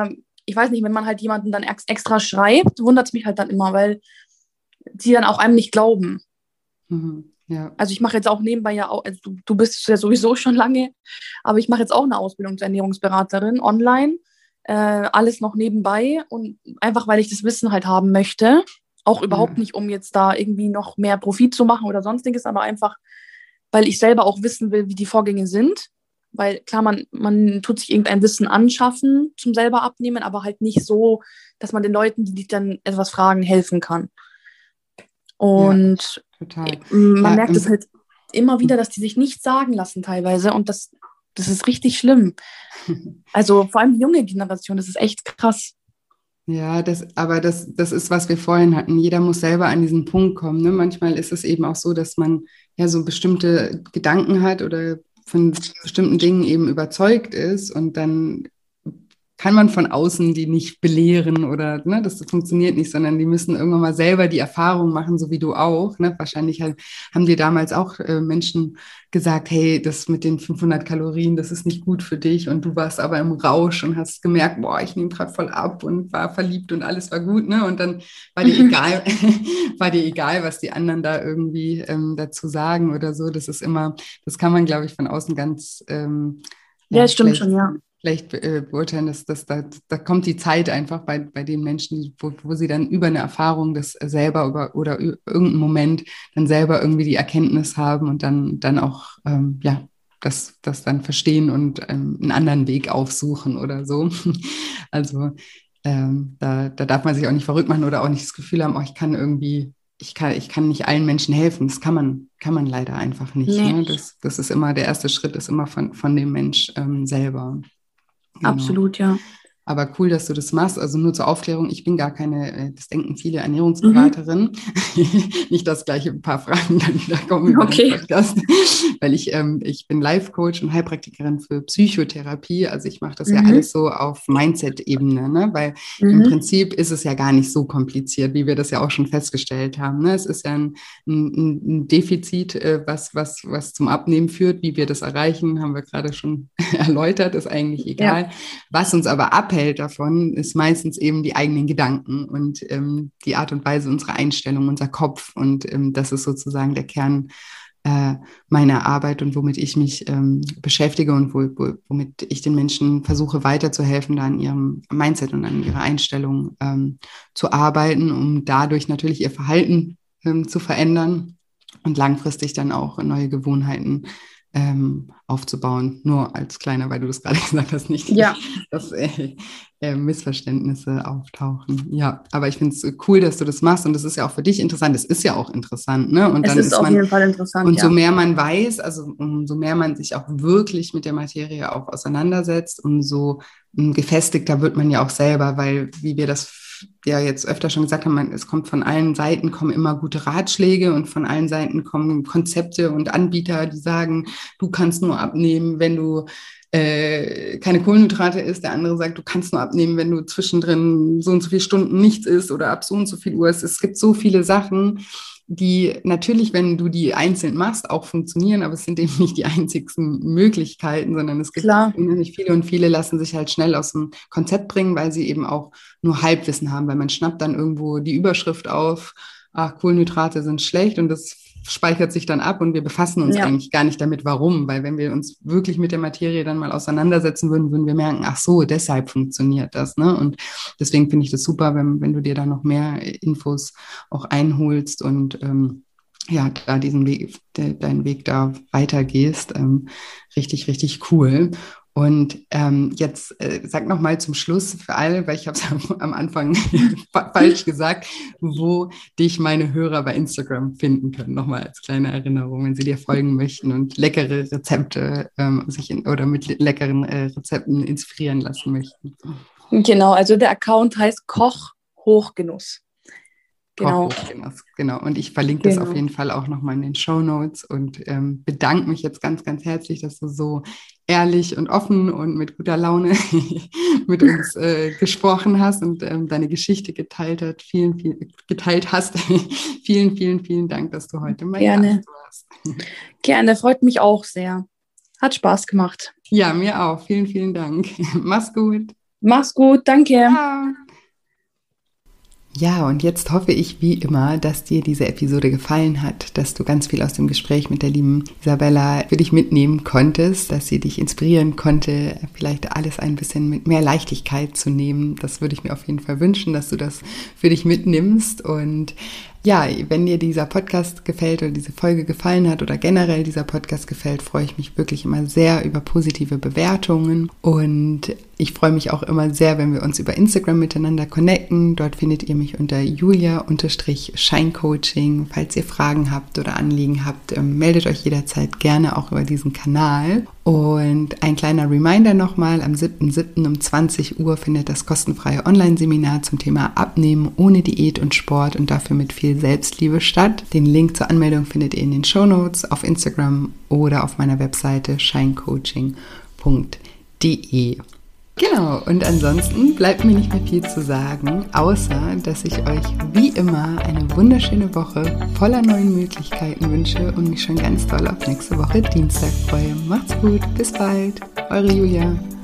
ich weiß nicht, wenn man halt jemanden dann extra schreibt, wundert es mich halt dann immer, weil sie dann auch einem nicht glauben. Ja. Also ich mache jetzt auch nebenbei ja auch, also du bist es ja sowieso schon lange, aber ich mache jetzt auch eine Ausbildung zur Ernährungsberaterin online, alles noch nebenbei und einfach, weil ich das Wissen halt haben möchte, auch überhaupt nicht, um jetzt da irgendwie noch mehr Profit zu machen oder sonstiges, aber einfach, weil ich selber auch wissen will, wie die Vorgänge sind, weil klar, man tut sich irgendein Wissen anschaffen zum selber abnehmen, aber halt nicht so, dass man den Leuten, die dich dann etwas fragen, helfen kann. Und total. man merkt es halt immer wieder, dass die sich nichts sagen lassen teilweise und das ist richtig schlimm. Also vor allem die junge Generation, das ist echt krass. Ja, das ist, was wir vorhin hatten. Jeder muss selber an diesen Punkt kommen. Ne? Manchmal ist es eben auch so, dass man ja so bestimmte Gedanken hat oder von bestimmten Dingen eben überzeugt ist und dann kann man von außen die nicht belehren oder ne, das funktioniert nicht, sondern die müssen irgendwann mal selber die Erfahrung machen, so wie du auch. Ne? Wahrscheinlich haben dir damals auch Menschen gesagt, hey, das mit den 500 Kalorien, das ist nicht gut für dich und du warst aber im Rausch und hast gemerkt, boah, ich nehme gerade voll ab und war verliebt und alles war gut. Ne? Und dann war dir egal, war dir egal, was die anderen da irgendwie dazu sagen oder so. Das ist immer, das kann man, glaube ich, von außen ganz ja, stimmt schon, ja. Vielleicht beurteilen, da kommt die Zeit einfach bei den Menschen, wo sie dann über eine Erfahrung das selber oder irgendeinen Moment dann selber irgendwie die Erkenntnis haben und dann auch das dann verstehen und einen anderen Weg aufsuchen oder so. Also da darf man sich auch nicht verrückt machen oder auch nicht das Gefühl haben, oh, ich kann nicht allen Menschen helfen. Das kann man leider einfach nicht. Nee. Ne? Das ist immer, der erste Schritt ist immer von dem Mensch selber. Genau. Absolut, ja. Aber cool, dass du das machst. Also nur zur Aufklärung, ich bin gar keine, das denken viele, Ernährungsberaterin. Nicht, dass gleich ein paar Fragen dann wieder kommen über den Podcast. Weil ich bin Life-Coach und Heilpraktikerin für Psychotherapie. Also ich mache das ja alles so auf Mindset-Ebene, ne? Weil im Prinzip ist es ja gar nicht so kompliziert, wie wir das ja auch schon festgestellt haben. Ne? Es ist ja ein Defizit, was zum Abnehmen führt. Wie wir das erreichen, haben wir gerade schon erläutert, ist eigentlich egal. Ja. Was uns aber abhält davon, ist meistens eben die eigenen Gedanken und die Art und Weise unserer Einstellung, unser Kopf. Und das ist sozusagen der Kern meiner Arbeit und womit ich mich beschäftige und womit ich den Menschen versuche weiterzuhelfen, da an ihrem Mindset und an ihrer Einstellung zu arbeiten, um dadurch natürlich ihr Verhalten zu verändern und langfristig dann auch neue Gewohnheiten aufzubauen. Nur als kleiner, weil du das gerade gesagt hast, nicht, dass Missverständnisse auftauchen. Ja, aber ich finde es cool, dass du das machst und das ist ja auch für dich interessant. Es ist ja auch interessant, ne? Und es dann ist auf jeden Fall interessant, und so mehr man weiß, also umso mehr man sich auch wirklich mit der Materie auch auseinandersetzt, umso gefestigter wird man ja auch selber, weil, wie wir das ja jetzt öfter schon gesagt haben, es kommt von allen Seiten, kommen immer gute Ratschläge und von allen Seiten kommen Konzepte und Anbieter, die sagen, du kannst nur abnehmen, wenn du keine Kohlenhydrate isst. Der andere sagt, du kannst nur abnehmen, wenn du zwischendrin so und so viele Stunden nichts isst oder ab so und so viel Uhr isst. Es gibt so viele Sachen, die natürlich, wenn du die einzeln machst, auch funktionieren, aber es sind eben nicht die einzigsten Möglichkeiten, sondern es gibt unheimlich viele und viele lassen sich halt schnell aus dem Konzept bringen, weil sie eben auch nur Halbwissen haben, weil man schnappt dann irgendwo die Überschrift auf, ach, Kohlenhydrate sind schlecht und das speichert sich dann ab und wir befassen uns eigentlich gar nicht damit, warum, weil wenn wir uns wirklich mit der Materie dann mal auseinandersetzen würden, würden wir merken, ach so, deshalb funktioniert das, ne? Und deswegen finde ich das super, wenn du dir da noch mehr Infos auch einholst und da deinen Weg da weitergehst. Richtig, richtig cool. Und jetzt sag noch mal zum Schluss für alle, weil ich habe es am Anfang falsch gesagt, wo dich meine Hörer bei Instagram finden können. Nochmal als kleine Erinnerung, wenn sie dir folgen möchten und leckere Rezepte oder mit leckeren Rezepten inspirieren lassen möchten. Genau, also der Account heißt Koch Hochgenuss. Genau. Genau. Und ich verlinke das auf jeden Fall auch nochmal in den Shownotes und bedanke mich jetzt ganz, ganz herzlich, dass du so ehrlich und offen und mit guter Laune mit uns gesprochen hast und deine Geschichte geteilt hast. Vielen, vielen, vielen Dank, dass du heute mein Gast warst. Gerne, freut mich auch sehr. Hat Spaß gemacht. Ja, mir auch. Vielen, vielen Dank. Mach's gut. Mach's gut, danke. Ciao. Ja, und jetzt hoffe ich wie immer, dass dir diese Episode gefallen hat, dass du ganz viel aus dem Gespräch mit der lieben Isabella für dich mitnehmen konntest, dass sie dich inspirieren konnte, vielleicht alles ein bisschen mit mehr Leichtigkeit zu nehmen. Das würde ich mir auf jeden Fall wünschen, dass du das für dich mitnimmst. Und ja, wenn dir dieser Podcast gefällt oder diese Folge gefallen hat oder generell dieser Podcast gefällt, freue ich mich wirklich immer sehr über positive Bewertungen. Und ich freue mich auch immer sehr, wenn wir uns über Instagram miteinander connecten. Dort findet ihr mich unter Julia_Scheincoaching. Falls ihr Fragen habt oder Anliegen habt, meldet euch jederzeit gerne auch über diesen Kanal. Und ein kleiner Reminder nochmal, am 7.7. um 20 Uhr findet das kostenfreie Online-Seminar zum Thema Abnehmen ohne Diät und Sport und dafür mit viel Selbstliebe statt. Den Link zur Anmeldung findet ihr in den Shownotes auf Instagram oder auf meiner Webseite scheincoaching.de. Genau, und ansonsten bleibt mir nicht mehr viel zu sagen, außer dass ich euch wie immer eine wunderschöne Woche voller neuen Möglichkeiten wünsche und mich schon ganz doll auf nächste Woche Dienstag freue. Macht's gut, bis bald, eure Julia.